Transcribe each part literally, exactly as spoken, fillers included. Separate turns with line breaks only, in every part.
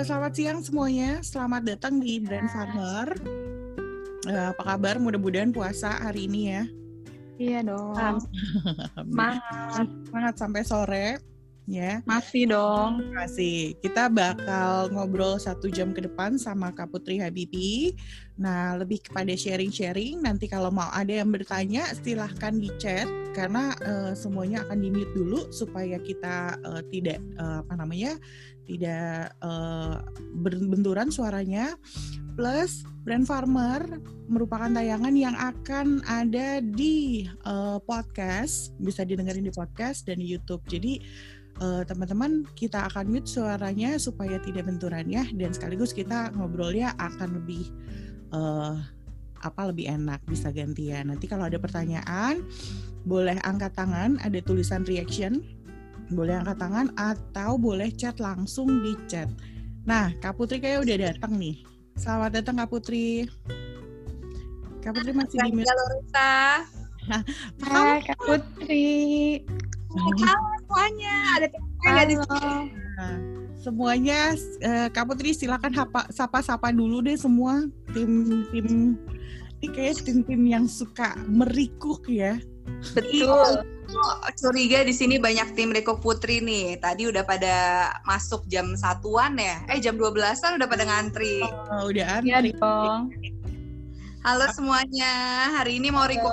selamat siang semuanya. Selamat datang di Brand Farmer. Uh, apa kabar? Mudah-mudahan puasa hari ini ya.
Iya dong.
Semangat. Semangat sampai sore. Ya.
Masih dong.
Masih. Kita bakal ngobrol satu jam ke depan sama Kak Putri Habibie. Nah, lebih kepada sharing-sharing. Nanti kalau mau ada yang bertanya, silahkan di chat. Karena uh, semuanya akan di-mute dulu supaya kita uh, tidak, uh, apa namanya, tidak uh, berbenturan suaranya. Plus, Brand Farmer merupakan tayangan yang akan ada di uh, podcast. Bisa didengarin di podcast dan di YouTube. Jadi, Uh, teman-teman kita akan mute suaranya supaya tidak benturan ya, dan sekaligus kita ngobrolnya akan lebih uh, apa lebih enak, bisa gantian. Nanti kalau ada pertanyaan boleh angkat tangan, ada tulisan reaction, boleh angkat tangan atau boleh chat langsung di chat. Nah, Kak Putri kayak udah datang nih. Selamat datang Kak Putri. Kak Putri masih di mute.
Halo Rita.
Hai Kak Putri.
Halo semuanya, ada yang di sini.
Nah, semuanya, uh, Kak Putri silakan hapa, sapa-sapa dulu deh semua tim-tim. Ini kayak tim-tim yang suka merikuk ya.
Betul. Curiga di sini banyak tim Riko Putri nih. Tadi udah pada masuk jam satuan ya. Eh jam dua belasan udah pada ngantri.
Oh, udah antri.
Iya dong.
Halo semuanya. Hari ini mau Riko.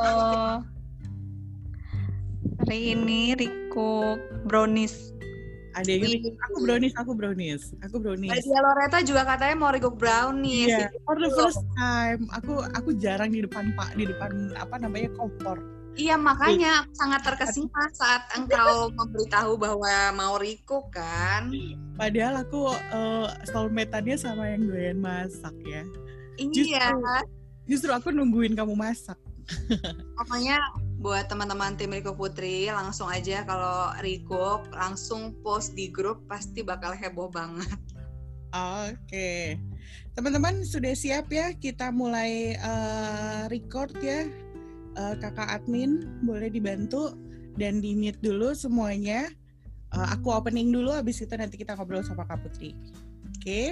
Hari ini Riko brownies.
Ada yang Wih. aku brownies, aku brownies, aku brownies.
Nadia Loretta juga katanya mau Riko brownies.
Iya, yeah, for the first time. Aku aku jarang di depan Pak, di depan apa namanya kompor.
Iya, makanya aku sangat terkesima saat engkau memberitahu bahwa mau Riko kan.
Padahal aku uh, soulmate-annya sama yang doyan masak ya.
Iya.
Justru, justru aku nungguin kamu masak.
Pokoknya buat teman-teman tim Riko Putri, langsung aja kalau Riko langsung post di grup pasti bakal heboh banget.
Oke, teman-teman sudah siap ya? Kita mulai uh, record ya. Uh, kakak admin boleh dibantu dan di mute dulu semuanya. Uh, aku opening dulu, habis itu nanti kita ngobrol sama Kak Putri. Oke? Okay?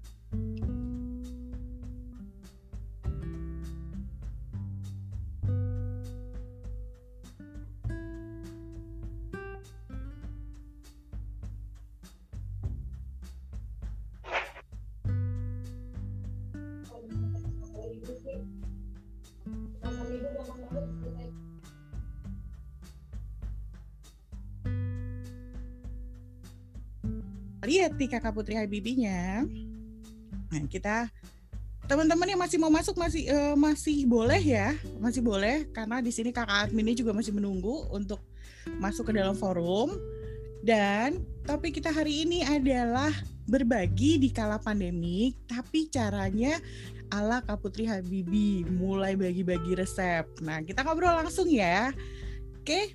Lihat nih Kakak Putri Habibie-nya. Nah, kita teman-teman yang masih mau masuk masih uh, masih boleh ya, masih boleh karena di sini Kakak adminnya juga masih menunggu untuk masuk ke dalam forum. Dan topik kita hari ini adalah berbagi di kala pandemik, tapi caranya ala Kak Putri Habibie, mulai bagi-bagi resep. Nah, kita ngobrol langsung ya. Oke?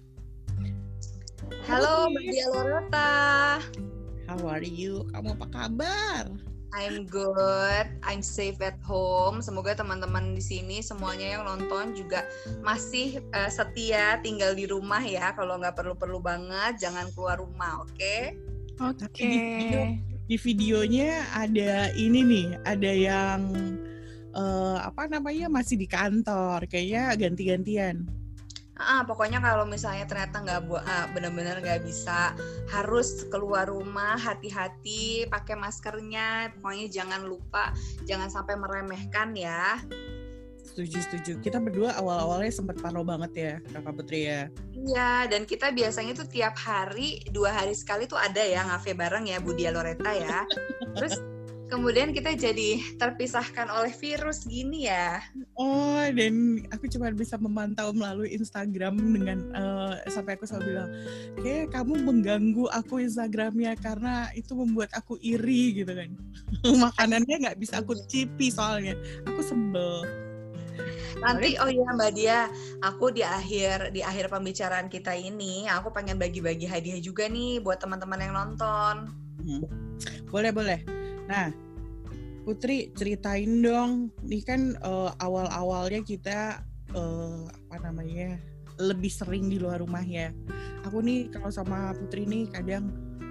Halo, Nadia Loretta.
How are you? Kamu apa kabar?
I'm good. I'm safe at home. Semoga teman-teman di sini semuanya yang nonton juga masih uh, setia tinggal di rumah ya. Kalau nggak perlu-perlu banget, jangan keluar rumah, oke? Okay?
Oke. Okay. Di, video, di videonya ada ini nih, ada yang uh, apa namanya masih di kantor, kayaknya ganti-gantian.
Ah, pokoknya kalau misalnya ternyata nggak bu- ah, benar-benar nggak bisa, harus keluar rumah, hati-hati, pakai maskernya, pokoknya jangan lupa, jangan sampai meremehkan ya.
Setuju, setuju. Kita berdua awal-awalnya sempat parno banget ya, Kakak Putri ya.
Iya, dan kita biasanya tuh tiap hari, dua hari sekali tuh ada ya ngafe bareng ya, Nadia Loretta ya. Terus kemudian kita jadi terpisahkan oleh virus gini ya.
Oh, dan aku cuma bisa memantau melalui Instagram dengan uh, sampai aku selalu bilang, kayak kamu mengganggu aku Instagramnya karena itu membuat aku iri gitu kan. Makanannya nggak bisa aku cipi soalnya, aku sebel.
Nanti oh iya Mbak Dia, aku di akhir di akhir pembicaraan kita ini, aku pengen bagi-bagi hadiah juga nih buat teman-teman yang nonton.
Hmm. Boleh boleh. Nah, Putri ceritain dong, ini kan uh, awal-awalnya kita uh, apa namanya lebih sering di luar rumah ya. Aku nih kalau sama Putri nih kadang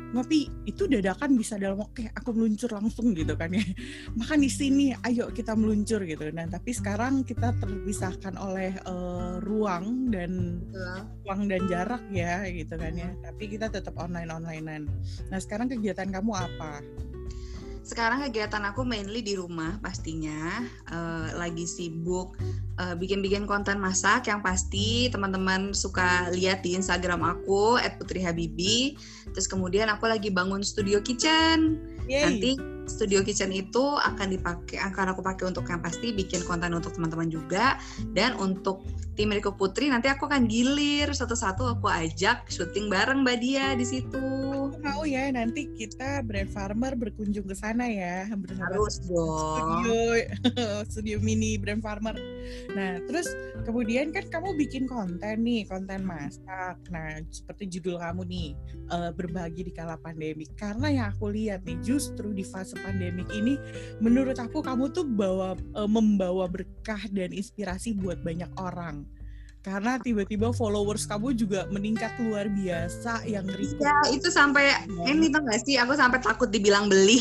ngopi itu dadakan bisa dalam oke aku meluncur langsung gitu kan ya, makan di sini ayo kita meluncur gitu. Nah tapi sekarang kita terpisahkan oleh uh, ruang dan
Betul.
ruang dan jarak ya gitu kan ya, tapi kita tetap online onlinean. Nah sekarang kegiatan kamu apa?
Sekarang kegiatan aku mainly di rumah pastinya, uh, lagi sibuk uh, bikin-bikin konten masak yang pasti teman-teman suka lihat di Instagram aku et putri habibi. Terus kemudian aku lagi bangun studio kitchen.
Yay.
Nanti studio kitchen itu akan dipakai, akan aku pakai untuk yang pasti bikin konten untuk teman-teman juga, dan untuk tim Riko Putri nanti aku akan gilir satu-satu, aku ajak syuting bareng Mbak Dia di situ.
Aku mau ya nanti kita Brand Farmer berkunjung ke sana ya bersama
Harus dong.
studio studio mini Brand Farmer. Nah terus kemudian kan kamu bikin konten nih, konten masak. Nah seperti judul kamu nih, uh, berbagi di kala pandemi. Karena yang aku lihat nih justru di fase pandemik ini, menurut aku kamu tuh bawa uh, membawa berkah dan inspirasi buat banyak orang. Karena tiba-tiba followers kamu juga meningkat luar biasa yang request.
Ya itu sampai ya. Ini tau gak sih, aku sampai takut dibilang beli.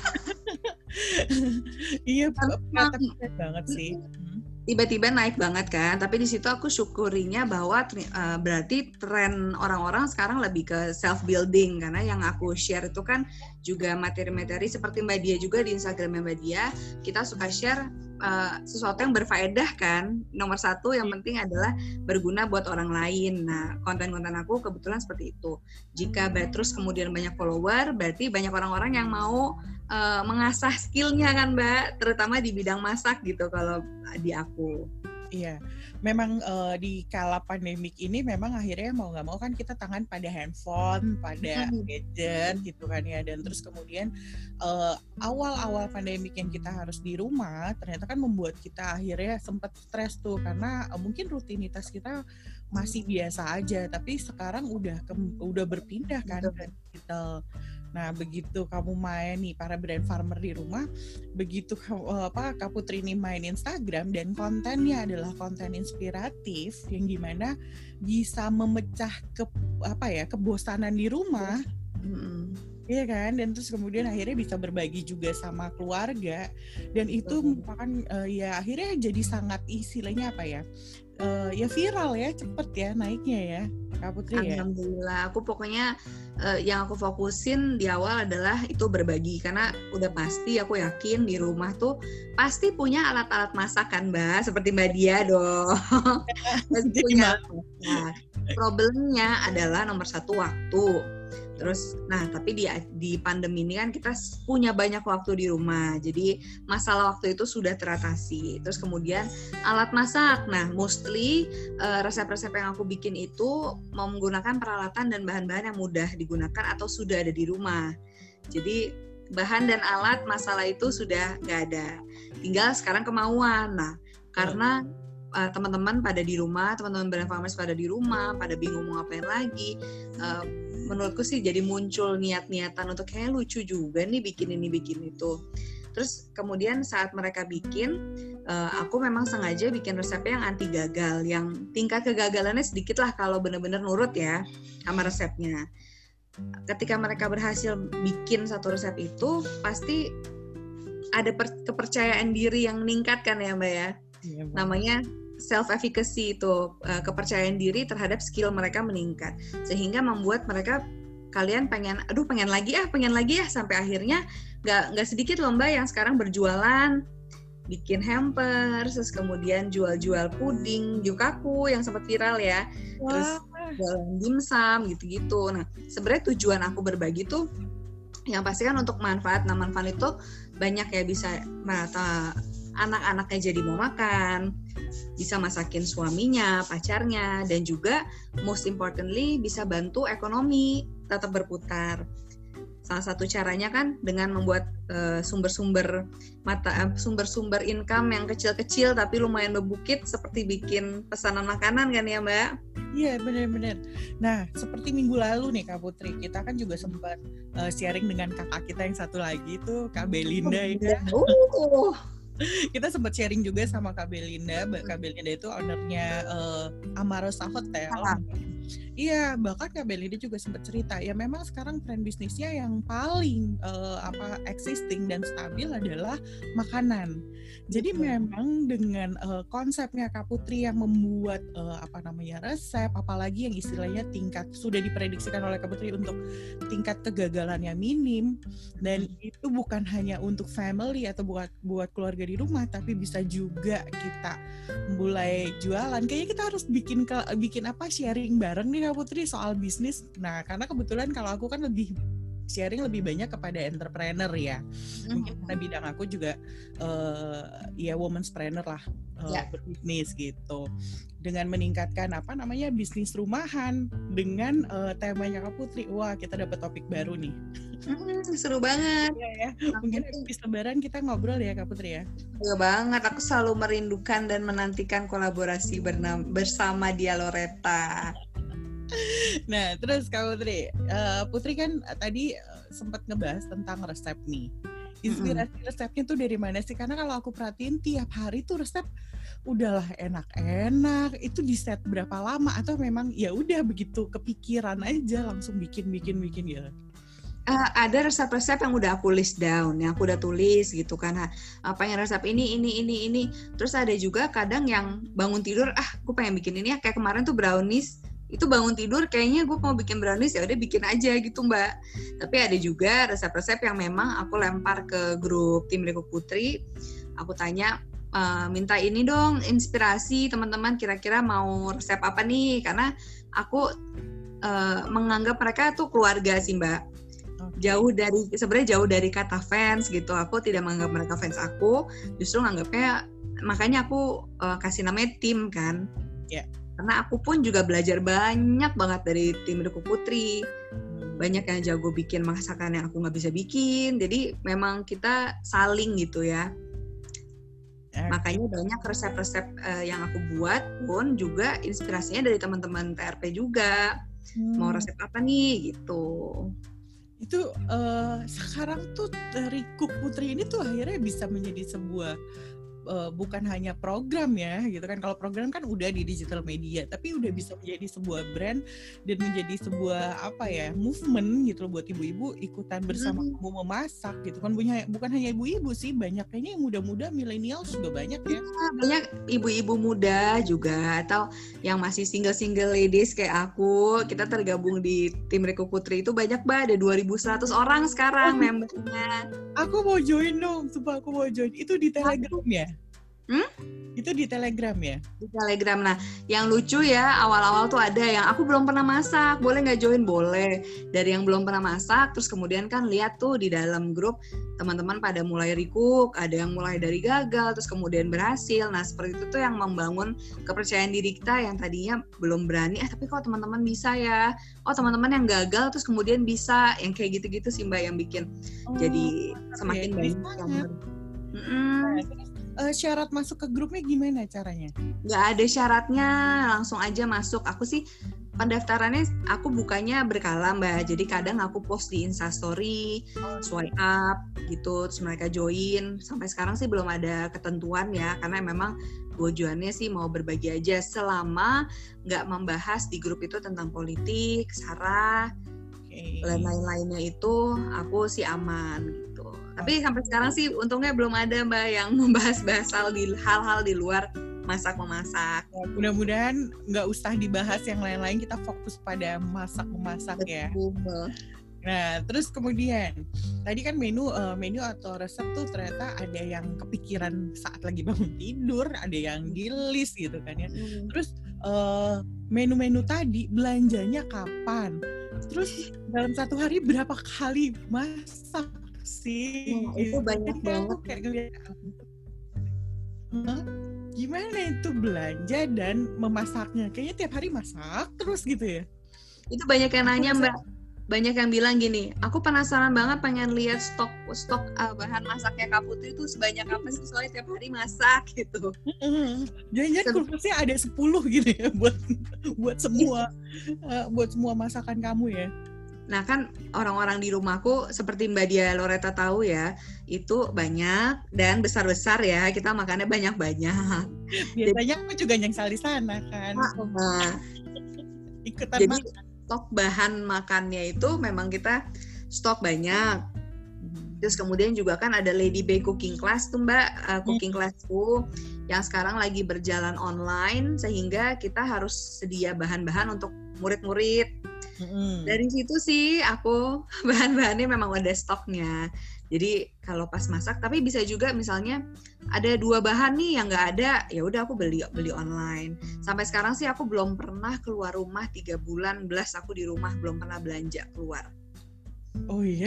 Iya, kelihatan banget sih.
Tiba-tiba naik banget kan, tapi di situ aku syukurinya bahwa uh, berarti tren orang-orang sekarang lebih ke self building, karena yang aku share itu kan juga materi-materi seperti Mbak Dia juga di Instagramnya Mbak Dia, kita suka share uh, sesuatu yang berfaedah kan. Nomor satu yang penting adalah berguna buat orang lain. Nah konten-konten aku kebetulan seperti itu. Jika terus kemudian banyak follower, berarti banyak orang-orang yang mau Uh, mengasah skillnya kan Mbak, terutama di bidang masak gitu kalau di aku.
Iya, memang uh, di kala pandemik ini memang akhirnya mau nggak mau kan kita tangan pada handphone, pada gadget gitu kan ya. Dan terus kemudian uh, awal-awal pandemik yang kita harus di rumah ternyata kan membuat kita akhirnya sempat stres tuh, karena uh, mungkin rutinitas kita masih biasa aja, tapi sekarang udah ke, udah berpindah kan ke digital. Nah begitu kamu main nih para brand farmer di rumah, begitu apa Kak Putri ini main Instagram dan kontennya adalah konten inspiratif yang gimana bisa memecah ke apa ya kebosanan di rumah. Mm-hmm. Iya kan, dan terus kemudian akhirnya bisa berbagi juga sama keluarga, dan itu merupakan uh, ya akhirnya jadi sangat istilahnya apa ya, uh, ya viral ya, cepet ya naiknya ya Kak Putri ya.
Alhamdulillah, aku pokoknya uh, yang aku fokusin di awal adalah itu berbagi, karena udah pasti aku yakin di rumah tuh pasti punya alat-alat masakan Mbak, seperti Mbak Dia dong. Pasti punya. Nah, problemnya adalah nomor satu waktu. Terus, nah tapi di di pandemi ini kan kita punya banyak waktu di rumah, jadi masalah waktu itu sudah teratasi. Terus kemudian alat masak, nah mostly uh, resep-resep yang aku bikin itu menggunakan peralatan dan bahan-bahan yang mudah digunakan atau sudah ada di rumah. Jadi bahan dan alat masalah itu sudah nggak ada, tinggal sekarang kemauan. Nah karena uh, teman-teman pada di rumah, teman-teman brand farmers pada di rumah, pada bingung mau ngapain lagi. Uh, menurutku sih jadi muncul niat-niatan untuk kayak lucu juga nih bikin ini bikin itu. Terus kemudian saat mereka bikin, uh, aku memang sengaja bikin resepnya yang anti gagal, yang tingkat kegagalannya sedikit lah kalau benar-benar nurut ya sama resepnya. Ketika mereka berhasil bikin satu resep itu, pasti ada per- kepercayaan diri yang meningkat kan ya Mbak ya. Iya, namanya self-efficacy itu, uh, kepercayaan diri terhadap skill mereka meningkat, sehingga membuat mereka kalian pengen, aduh pengen lagi ah, pengen lagi ya, sampai akhirnya nggak nggak sedikit loh Mbak yang sekarang berjualan, bikin hampers, terus kemudian jual-jual puding, yukaku yang sempat viral ya, wow. Terus jualan dimsum gitu-gitu. Nah sebenarnya tujuan aku berbagi tuh yang pasti kan untuk manfaat. Nah manfaat itu banyak ya, bisa merata anak-anaknya jadi mau makan, bisa masakin suaminya, pacarnya, dan juga most importantly bisa bantu ekonomi tetap berputar. Salah satu caranya kan dengan membuat uh, sumber-sumber mata uh, sumber-sumber income yang kecil-kecil tapi lumayan membukit, seperti bikin pesanan makanan kan ya Mbak?
Iya benar-benar. Nah seperti minggu lalu nih Kak Putri, kita kan juga sempat uh, sharing dengan kakak kita yang satu lagi tuh Kak Belinda oh, ya. Uh. Kita sempat sharing juga sama Kak Belinda. Kak Belinda itu ownernya uh, Amarosa Hotel. Iya, bahkan Kak Belinda juga sempat cerita, ya memang sekarang tren bisnisnya yang paling uh, apa existing dan stabil adalah makanan. Jadi
Betul.
memang dengan uh, konsepnya Kak Putri yang membuat uh, apa namanya resep, apalagi yang istilahnya tingkat sudah diprediksikan oleh Kak Putri untuk tingkat kegagalannya minim, dan itu bukan hanya untuk family atau buat buat keluarga di rumah, tapi bisa juga kita mulai jualan. Kayaknya kita harus bikin ke, bikin apa sharing bareng nih Kak Putri soal bisnis. Nah, karena kebetulan kalau aku kan lebih sharing lebih banyak kepada entrepreneur ya. Mungkin karena bidang aku juga uh, ya women's planner lah, uh,
Ya.
berbisnis gitu. Dengan meningkatkan apa namanya bisnis rumahan dengan uh, temanya Kak Putri. Wah, kita dapat topik baru nih.
Hmm, seru banget.
Ya, ya. Mungkin habis lebaran kita ngobrol ya Kak Putri ya.
Seru banget. Aku selalu merindukan dan menantikan kolaborasi bernama, bersama Dia Loretta.
Nah, terus Kak Putri, uh, Putri kan uh, tadi uh, sempat ngebahas tentang resep nih. Inspirasi mm-hmm. resepnya tuh dari mana sih? Karena kalau aku perhatiin tiap hari tuh resep udahlah enak-enak. Itu di set berapa lama atau memang ya udah begitu kepikiran aja langsung bikin-bikin-bikin ya?
Uh, ada resep-resep yang udah aku list down, yang aku udah tulis gitu kan. Nah, apa yang resep ini, ini, ini, ini. Terus ada juga kadang yang bangun tidur, ah, aku pengen bikin ini ya. Kayak kemarin tuh brownies. Itu bangun tidur kayaknya gue mau bikin brownies, ya udah bikin aja gitu Mbak. Tapi ada juga resep-resep yang memang aku lempar ke grup tim Riko Putri. Aku tanya, e, minta ini dong inspirasi teman-teman, kira-kira mau resep apa nih? Karena aku e, menganggap mereka tuh keluarga sih Mbak. Jauh dari sebenarnya jauh dari kata fans gitu. Aku tidak menganggap mereka fans aku, justru menganggapnya, makanya aku e, kasih namanya tim kan.
Ya. Yeah.
Karena aku pun juga belajar banyak banget dari tim Riko Putri. Banyak yang jago bikin masakan yang aku nggak bisa bikin. Jadi memang kita saling gitu ya. Okay. Makanya banyak resep-resep uh, yang aku buat pun juga inspirasinya dari teman-teman T R P juga. Hmm. Mau resep apa nih gitu.
Itu uh, sekarang tuh Riko Putri ini tuh akhirnya bisa menjadi sebuah Uh, bukan hanya program ya gitu kan. Kalau program kan udah di digital media, tapi udah bisa menjadi sebuah brand dan menjadi sebuah apa ya movement gitu loh buat ibu-ibu ikutan bersama hmm. kamu memasak gitu kan. Bukan, bukan hanya ibu-ibu sih, banyak kayaknya yang muda-muda milenial juga banyak ya.
Banyak ibu-ibu muda juga atau yang masih single-single ladies kayak aku. Kita tergabung di tim Riko Putri itu banyak Mbak, ada dua ribu seratus orang sekarang oh, membernya.
Aku mau join dong, sumpah aku mau join. Itu di Telegram ya?
Hmm?
Itu di Telegram ya?
Di Telegram. Nah, yang lucu ya, awal-awal tuh ada yang aku belum pernah masak, boleh nggak join? Boleh. Dari yang belum pernah masak, terus kemudian kan lihat tuh di dalam grup teman-teman pada mulai recook, ada yang mulai dari gagal, terus kemudian berhasil. Nah, seperti itu tuh yang membangun kepercayaan diri kita yang tadinya belum berani, eh tapi kok teman-teman bisa ya? Oh, teman-teman yang gagal terus kemudian bisa, yang kayak gitu-gitu sih Mbak yang bikin. Oh, jadi semakin okay. banyak yang
mm-hmm. Uh, syarat masuk ke grupnya gimana caranya?
Nggak ada syaratnya, langsung aja masuk. Aku sih pendaftarannya aku bukanya berkala Mbak. Jadi kadang aku post di Instastory, swipe up gitu, terus mereka join. Sampai sekarang sih belum ada ketentuan ya, karena memang tujuannya sih mau berbagi aja selama nggak membahas di grup itu tentang politik, sara, okay. dan lain-lainnya itu aku sih aman gitu. Tapi sampai sekarang sih untungnya belum ada Mbak yang membahas-bahas hal di hal-hal di luar masak-memasak.
Ya, mudah-mudahan nggak usah dibahas yang lain-lain, kita fokus pada masak-memasak ya. Nah, terus kemudian tadi kan menu uh, menu atau resep tuh ternyata ada yang kepikiran saat lagi bangun tidur, ada yang di list gitu kan ya. Hmm. Terus uh, menu-menu tadi belanjanya kapan? Terus dalam satu hari berapa kali masak sih?
Oh, itu banyak banget
kayak ngeliat huh? Gimana itu belanja dan memasaknya? Kayaknya tiap hari masak terus gitu ya?
Itu banyak yang nanya Mbak. Banyak yang bilang gini, aku penasaran banget pengen lihat stok stok uh, bahan masaknya Kak Putri itu sebanyak apa sih, soalnya tiap hari masak gitu.
Jangan-jangan kulkasnya ada sepuluh gitu ya buat buat semua uh, buat semua masakan kamu ya.
Nah kan orang-orang di rumahku seperti Mbak Dia Loretta tahu ya, itu banyak dan besar-besar ya, kita makannya banyak-banyak.
Biasanya aku juga nyangsal di sana kan.
Nah,
Ikutan
Jadi
makan.
stok bahan makannya itu memang kita stok banyak. Terus kemudian juga kan ada Lady Bay Cooking Class tuh Mbak, uh, cooking classku yang sekarang lagi berjalan online sehingga kita harus sedia bahan-bahan untuk murid-murid.
Mm-hmm.
Dari situ sih aku bahan-bahannya memang ada stoknya. Jadi kalau pas masak, tapi bisa juga misalnya ada dua bahan nih yang nggak ada, ya udah aku beli beli online. Sampai sekarang sih aku belum pernah keluar rumah tiga bulan belas aku di rumah belum pernah belanja keluar.
Oh iya?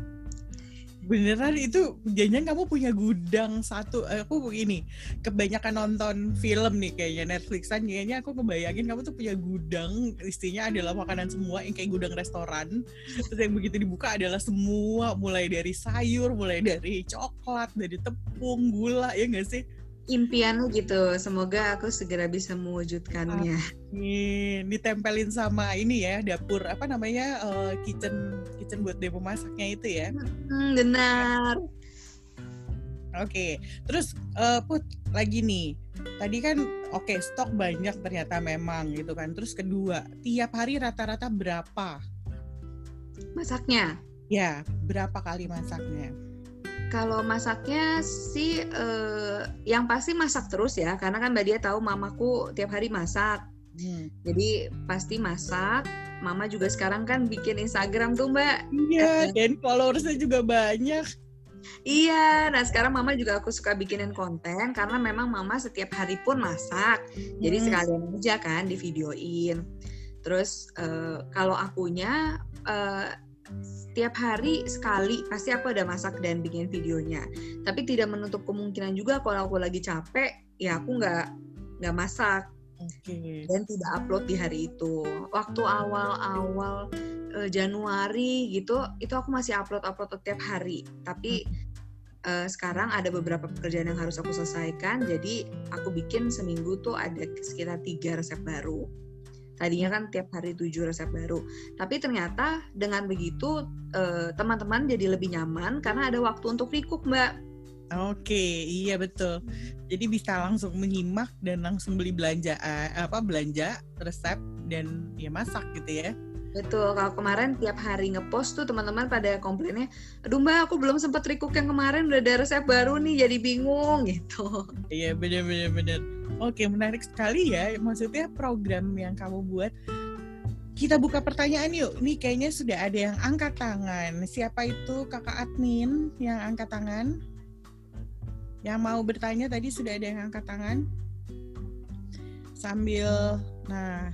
Beneran itu jangan kamu punya gudang satu. Aku begini, kebanyakan nonton film nih kayaknya Netflixan, kayaknya aku kebayangin kamu tuh punya gudang, isinya adalah makanan semua yang kayak gudang restoran. Terus yang begitu dibuka adalah semua, mulai dari sayur, mulai dari coklat, dari tepung, gula, ya nggak sih?
Impiannya gitu, semoga aku segera bisa mewujudkannya.
Amin. Ditempelin sama ini ya, dapur apa namanya, uh, kitchen kitchen buat demo masaknya itu ya.
Hmm, benar.
Oke, okay. Terus uh, Put lagi nih. Tadi kan oke okay, stok banyak ternyata memang gitu kan. Terus kedua, tiap hari rata-rata berapa
masaknya?
Ya, berapa kali masaknya?
Kalau masaknya sih eh, yang pasti masak terus ya, karena kan Mbak Dia tahu mamaku tiap hari masak. Hmm. Jadi pasti masak. Mama juga sekarang kan bikin Instagram tuh Mbak.
Iya, dan followersnya juga banyak.
Iya, nah sekarang Mama juga aku suka bikinin konten karena memang Mama setiap hari pun masak. Jadi hmm. sekalian aja kan di videoin. Terus eh, kalau akunya eh, setiap hari sekali pasti aku ada masak dan bikin videonya. Tapi tidak menutup kemungkinan juga kalau aku lagi capek, ya aku nggak nggak masak. Okay. Dan tidak upload di hari itu. Waktu awal-awal uh, Januari gitu, itu aku masih upload-upload setiap hari. Tapi uh, sekarang ada beberapa pekerjaan yang harus aku selesaikan. Jadi aku bikin seminggu tuh ada sekitar tiga resep baru. Tadinya kan tiap hari tujuh resep baru. Tapi ternyata dengan begitu eh, teman-teman jadi lebih nyaman karena ada waktu untuk recook, Mbak.
Oke, iya betul. Jadi bisa langsung menyimak dan langsung beli belanja apa belanja resep dan ya masak gitu ya.
Betul. Kalau kemarin tiap hari ngepost tuh teman-teman pada komplainnya, aduh Mbak, aku belum sempat recook yang kemarin, udah ada resep baru nih, jadi bingung gitu.
Iya, benar-benar benar. Oke, menarik sekali ya. Maksudnya program yang kamu buat. Kita buka pertanyaan yuk. Ini kayaknya sudah ada yang angkat tangan. Siapa itu Kakak admin yang angkat tangan? Yang mau bertanya tadi sudah ada yang angkat tangan? Sambil, nah.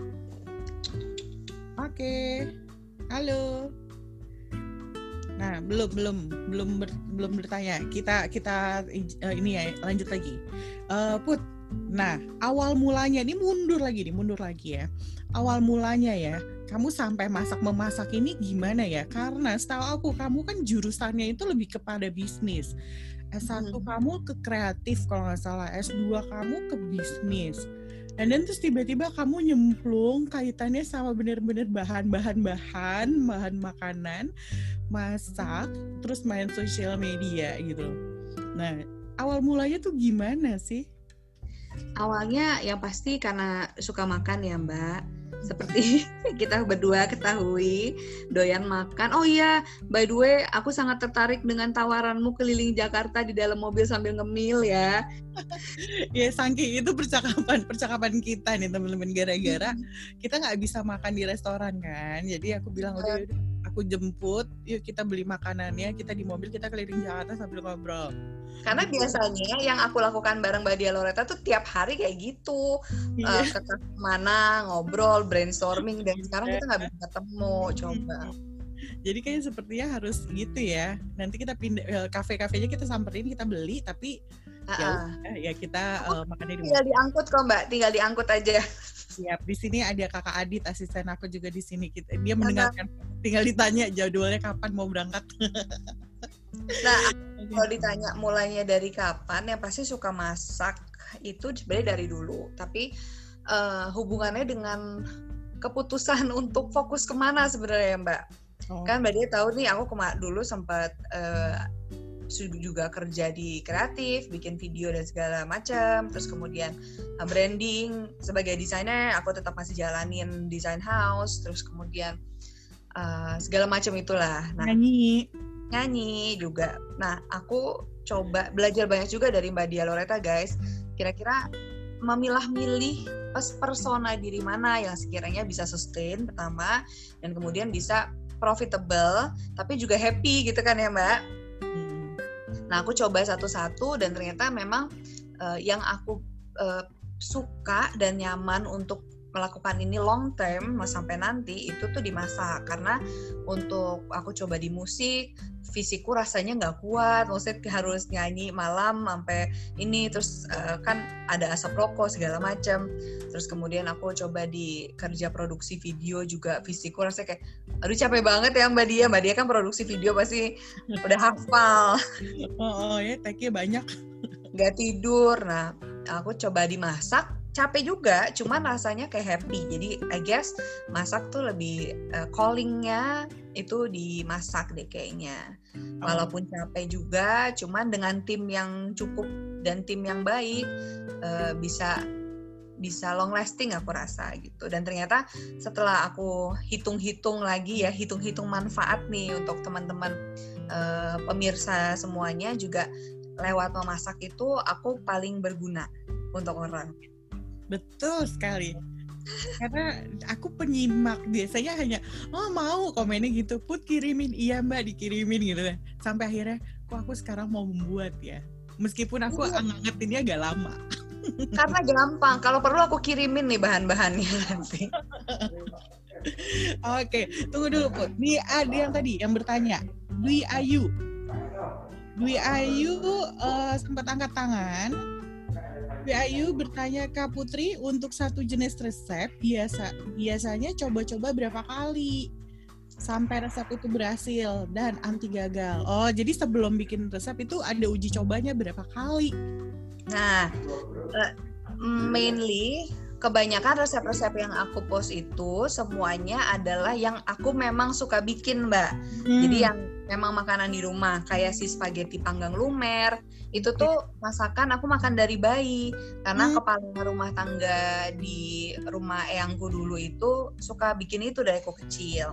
Oke. Halo. Nah, belum belum belum ber, belum bertanya. Kita kita uh, ini ya, lanjut lagi. Uh, Put. Nah, awal mulanya ini mundur lagi nih, mundur lagi ya. Awal mulanya ya, kamu sampai masak-memasak ini gimana ya? Karena setahu aku kamu kan jurusannya itu lebih kepada bisnis. S satu hmm. kamu ke kreatif kalau nggak salah, S dua kamu ke bisnis. Dan then terus tiba-tiba kamu nyemplung kaitannya sama benar-benar bahan-bahan bahan, bahan makanan, masak, terus main sosial media gitu. Nah, awal mulanya tuh gimana sih?
Awalnya yang pasti karena suka makan ya Mbak. Seperti kita berdua ketahui, doyan makan. Oh iya, by the way, aku sangat tertarik dengan tawaranmu keliling Jakarta di dalam mobil sambil ngemil ya.
Ya, saking itu percakapan percakapan kita nih teman-teman, gara-gara kita nggak bisa makan di restoran kan. Jadi aku bilang udah, udah aku jemput, yuk kita beli makanannya, kita di mobil, kita keliling Jakarta sambil ngobrol.
Karena biasanya yang aku lakukan bareng Mbak Dia Loretta tuh tiap hari kayak gitu, yeah. uh, ke mana ngobrol, brainstorming, dan sekarang kita nggak bisa ketemu, coba.
Jadi kayaknya sepertinya harus gitu ya. Nanti kita pindah kafe-kafenya, kita samperin, kita beli, tapi uh-uh. ya, ya kita uh, makannya di
tinggal diangkut kok Mbak, tinggal diangkut aja.
Siap, di sini ada Kakak Adit, asisten aku juga di sini. Kita, dia mendengarkan, tinggal ditanya jadwalnya kapan mau berangkat.
Nah, kalau ditanya mulainya dari kapan, yang pasti suka masak itu sebenarnya dari dulu. Tapi uh, hubungannya dengan keputusan untuk fokus kemana sebenarnya Mbak. Oh. Kan Mbak Dia tahu nih, aku kema- dulu sempat uh, juga kerja di kreatif, bikin video dan segala macam. Terus kemudian uh, branding sebagai desainer, aku tetap masih jalanin design house. Terus kemudian uh, segala macam itulah. Nah,
nyanyi,
nyanyi juga. Nah, aku coba belajar banyak juga dari Mbak Dia Loretta, guys. Kira-kira memilah-milih persona diri mana yang sekiranya bisa sustain pertama, dan kemudian bisa profitable, tapi juga happy gitu kan ya Mbak.
Hmm.
Nah aku coba satu-satu dan ternyata memang uh, yang aku uh, suka dan nyaman untuk melakukan ini long term sampai nanti itu tuh dimasak. Karena untuk aku coba di musik, fisikku rasanya nggak kuat, maksudnya harus nyanyi malam sampai ini, terus uh, kan ada asap rokok segala macam. Terus kemudian aku coba di kerja produksi video juga, fisikku rasanya kayak aduh capek banget ya Mbak Dia. Mbak Dia kan produksi video pasti udah hafal.
Oh, oh ya, take-nya banyak.
Nggak tidur. Nah aku coba dimasak, capek juga, cuman rasanya kayak happy. Jadi I guess masak tuh lebih uh, callingnya itu dimasak deh kayaknya. Walaupun capek juga, cuman dengan tim yang cukup dan tim yang baik uh, bisa bisa long lasting aku rasa gitu. Dan ternyata setelah aku hitung-hitung lagi ya, hitung-hitung manfaat nih untuk teman-teman uh, pemirsa semuanya juga, lewat memasak itu aku paling berguna untuk orang.
Betul sekali. Karena aku penyimak biasanya hanya oh mau komennya gitu, Put kirimin, iya Mbak dikirimin gitu. Sampai akhirnya kok aku sekarang mau membuat ya. Meskipun aku
Iya.
ngangetinnya agak lama.
Karena gampang, kalau perlu aku kirimin nih bahan-bahannya nanti.
Oke, tunggu dulu Put. Nih ada yang tadi yang bertanya, Dwi Ayu. Dwi Ayu uh, sempat angkat tangan. Dwi Ayu bertanya, Kak Putri, untuk satu jenis resep biasa biasanya coba-coba berapa kali sampai resep itu berhasil dan anti gagal? Oh, jadi sebelum bikin resep itu ada uji cobanya berapa kali?
Nah, mainly kebanyakan resep-resep yang aku post itu semuanya adalah yang aku memang suka bikin, Mbak. Hmm. Jadi yang memang makanan di rumah, kayak si spaghetti panggang lumer, itu tuh masakan aku makan dari bayi. Karena hmm. kepala rumah tangga di rumah eyangku dulu itu suka bikin itu dari aku kecil.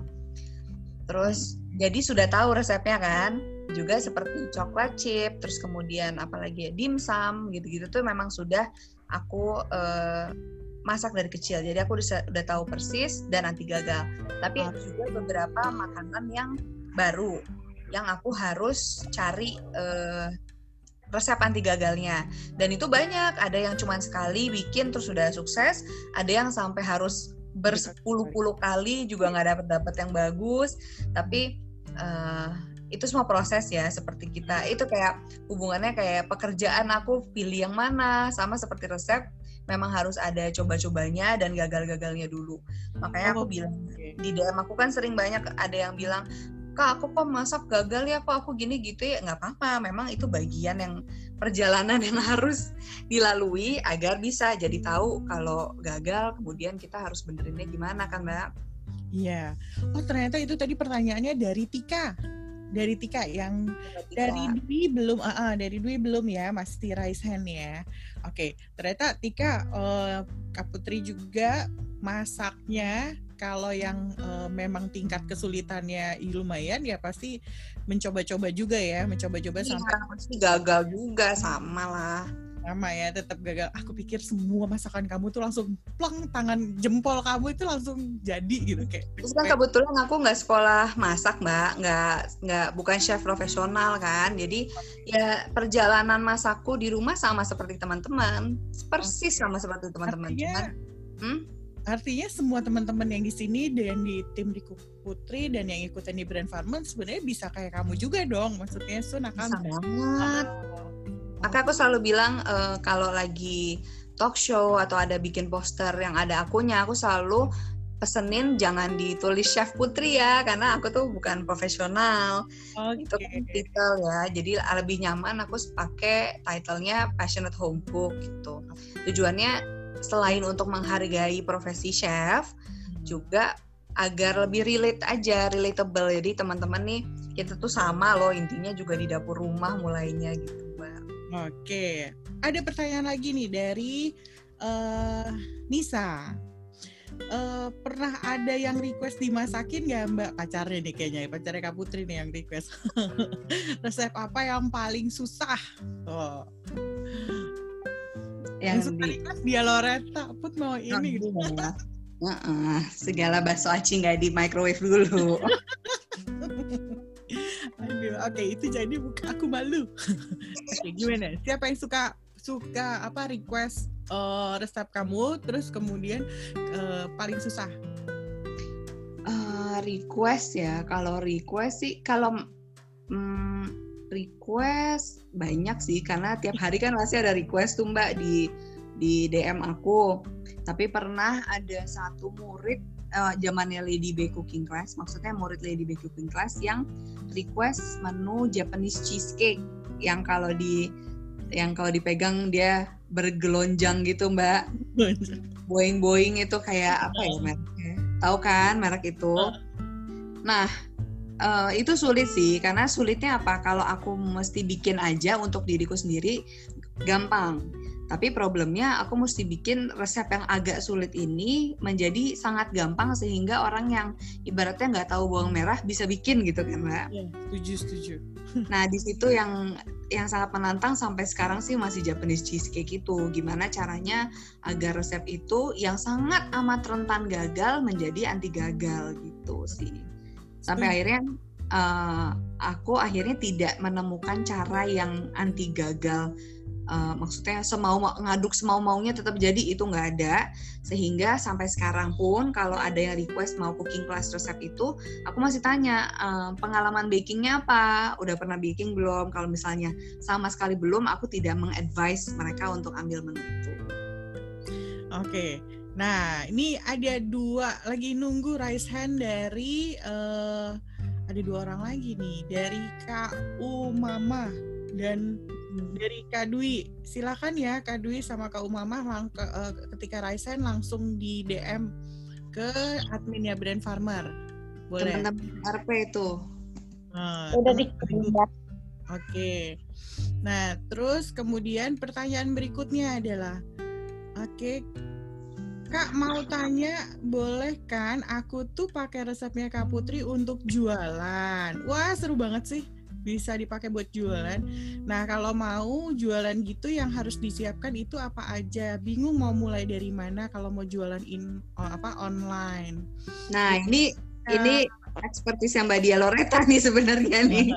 Terus jadi sudah tahu resepnya kan. Juga seperti coklat chip, terus kemudian apalagi ya, dimsum, gitu-gitu tuh memang sudah aku uh, masak dari kecil. Jadi aku udah, udah tahu persis dan anti gagal. Tapi ada juga beberapa makanan yang baru yang aku harus cari uh, resep anti gagalnya. Dan itu banyak, ada yang cuma sekali bikin terus sudah sukses, ada yang sampai harus bersepuluh-puluh kali juga nggak dapet-dapet yang bagus. Tapi uh, itu semua proses ya, seperti kita itu kayak hubungannya kayak pekerjaan, aku pilih yang mana, sama seperti resep memang harus ada coba-cobanya dan gagal-gagalnya dulu. Makanya aku oh, bilang okay. Di D M aku kan sering banyak ada yang bilang, Kak aku kok masak gagal ya, kok aku gini gitu ya. Nggak apa-apa, memang itu bagian yang perjalanan yang harus dilalui agar bisa jadi tahu kalau gagal kemudian kita harus benerinnya gimana kan Mbak.
Iya. Oh ternyata itu tadi pertanyaannya dari Tika. Dari Tika yang Tika. dari Dwi belum, uh, uh, dari Dwi belum ya, masih raise hand ya. Oke, ternyata Tika, uh, Kak Putri juga masaknya kalau yang uh, memang tingkat kesulitannya lumayan ya pasti mencoba-coba juga ya, mencoba-coba
iya,
sampai
pasti gagal juga, sama lah.
Sama ya, tetap gagal. Aku pikir semua masakan kamu tuh langsung plong, tangan jempol kamu itu langsung jadi gitu kayak.
Terus kan kebetulan aku nggak sekolah masak Mbak, nggak nggak bukan chef profesional kan, jadi ya perjalanan masakku di rumah sama seperti teman-teman, persis sama seperti teman-teman.
Artinya,
Cuman, hmm?
artinya semua teman-teman yang di sini dan di tim di Putri dan yang ikutan di Brand Farmer sebenarnya bisa kayak kamu juga dong, maksudnya Sun akan
bisa banget. Maka aku selalu bilang uh, kalau lagi talk show atau ada bikin poster yang ada akunya, aku selalu pesenin jangan ditulis Chef Putri ya, karena aku tuh bukan profesional. Okay. Itu kan title ya, jadi lebih nyaman aku pakai titlenya Passionate Home Cook gitu. Tujuannya selain untuk menghargai profesi chef, hmm. juga agar lebih relate aja, relatable. Jadi teman-teman nih kita tuh sama loh, intinya juga di dapur rumah mulainya gitu, Mbak.
Oke, ada pertanyaan lagi nih dari uh, Nisa. Uh, pernah ada yang request dimasakin nggak Mbak? Pacarnya nih kayaknya, pacarnya Kak Putri nih yang request. Resep apa yang paling susah? Oh. Yang, yang suka di... request dia Loretta, Put mau ini gitu.
Uh-uh. Segala bakso aci nggak di microwave dulu.
Aduh, oke okay, itu jadi bukan aku malu. Oke, okay, gimana? Siapa yang suka suka apa request uh, resep kamu, terus kemudian uh, paling susah?
Uh, request ya, kalau request sih, kalau um, request banyak sih, karena tiap hari kan pasti ada request tuh Mbak di di D M aku. Tapi pernah ada satu murid uh, zamannya Lady B Cooking Class, maksudnya murid Lady B Cooking Class yang request menu Japanese cheesecake yang kalau di yang kalau dipegang dia bergelonjang gitu Mbak. Boing-boing itu kayak apa ya mereknya? Tahu kan merek itu? Nah, uh, itu sulit sih, karena sulitnya apa? Kalau aku mesti bikin aja untuk diriku sendiri gampang. Tapi problemnya aku mesti bikin resep yang agak sulit ini menjadi sangat gampang sehingga orang yang ibaratnya nggak tahu bawang merah bisa bikin gitu kan Mbak?
Ya, setuju setuju.
Nah di situ yang yang sangat menantang sampai sekarang sih masih Japanese cheesecake itu. Gimana caranya agar resep itu yang sangat amat rentan gagal menjadi anti gagal gitu sih. Sampai akhirnya uh, aku akhirnya tidak menemukan cara yang anti gagal. Uh, maksudnya semau ngaduk semau maunya tetap jadi, itu nggak ada, sehingga sampai sekarang pun kalau ada yang request mau cooking class resep itu aku masih tanya uh, pengalaman bakingnya apa, udah pernah baking belum. Kalau misalnya sama sekali belum, aku tidak mengadvise mereka untuk ambil menu itu.
Oke, okay. Nah ini ada dua lagi nunggu raise hand dari uh, ada dua orang lagi nih, dari Kak Umama dan dari Kak Dwi. Silakan ya Kak Dwi sama Kak Umamah lang- ke, uh, ketika raise hand langsung di D M ke adminnya Brand Farmer. Boleh.
Teman-teman R P itu.
Nah,
udah dikirim.
Oke. Nah, terus kemudian pertanyaan berikutnya adalah, oke, okay, Kak mau tanya, boleh kan aku tuh pakai resepnya Kak Putri untuk jualan? Wah, seru banget sih. Bisa dipakai buat jualan. Nah, kalau mau jualan gitu yang harus disiapkan itu apa aja? Bingung mau mulai dari mana kalau mau jualan in oh, apa online.
Nah, ini nah. ini ekspertis yang Mbak Dia Loretta nih sebenarnya nih.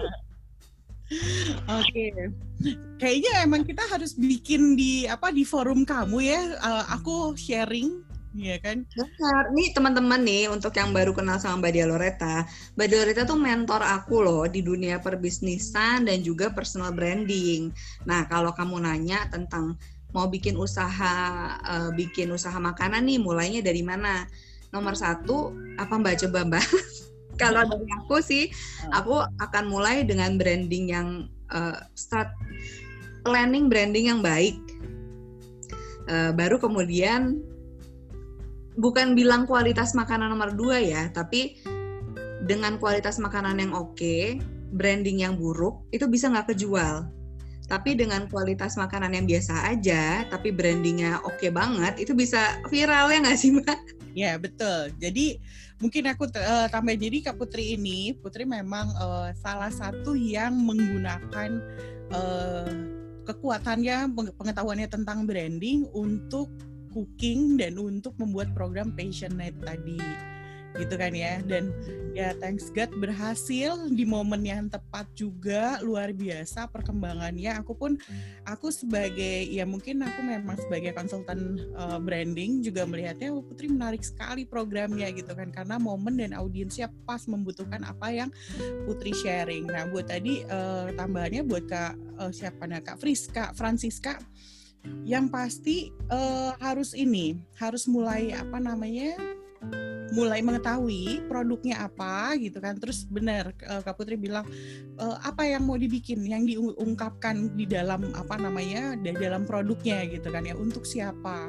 Oke. Okay. Kayaknya emang kita harus bikin di apa di forum kamu ya. Uh, aku sharing. Iya kan?
Benar. Nih teman-teman nih, untuk yang baru kenal sama Mbak Dia Loretta, Mbak Dia Loretta tuh mentor aku loh di dunia perbisnisan dan juga personal branding. Nah kalau kamu nanya tentang mau bikin usaha, uh, bikin usaha makanan nih, mulainya dari mana? Nomor satu, apa Mbak coba Mbak? Kalau dari aku sih, aku akan mulai dengan branding yang uh, start planning branding yang baik. Uh, baru kemudian bukan bilang kualitas makanan nomor dua ya, tapi dengan kualitas makanan yang oke, branding yang buruk, itu bisa nggak kejual. Tapi dengan kualitas makanan yang biasa aja, tapi brandingnya oke banget, itu bisa viral ya nggak sih Mbak?
Ya betul. Jadi mungkin aku uh, tambah, jadi Kak Putri ini, Putri memang uh, salah satu yang menggunakan uh, kekuatannya, pengetahuannya tentang branding untuk cooking dan untuk membuat program Passionate tadi gitu kan ya. Dan ya thanks God berhasil di momen yang tepat juga, luar biasa perkembangannya. Aku pun aku sebagai ya mungkin aku memang sebagai konsultan uh, branding juga melihatnya oh, Putri menarik sekali programnya gitu kan, karena momen dan audiensnya pas membutuhkan apa yang Putri sharing. Nah buat tadi uh, tambahannya buat Kak uh, siapa nih Kak Friska Francisca, yang pasti uh, harus ini harus mulai apa namanya mulai mengetahui produknya apa gitu kan. Terus benar uh, Kak Putri bilang uh, apa yang mau dibikin, yang diungkapkan di dalam apa namanya di dalam produknya gitu kan ya, untuk siapa,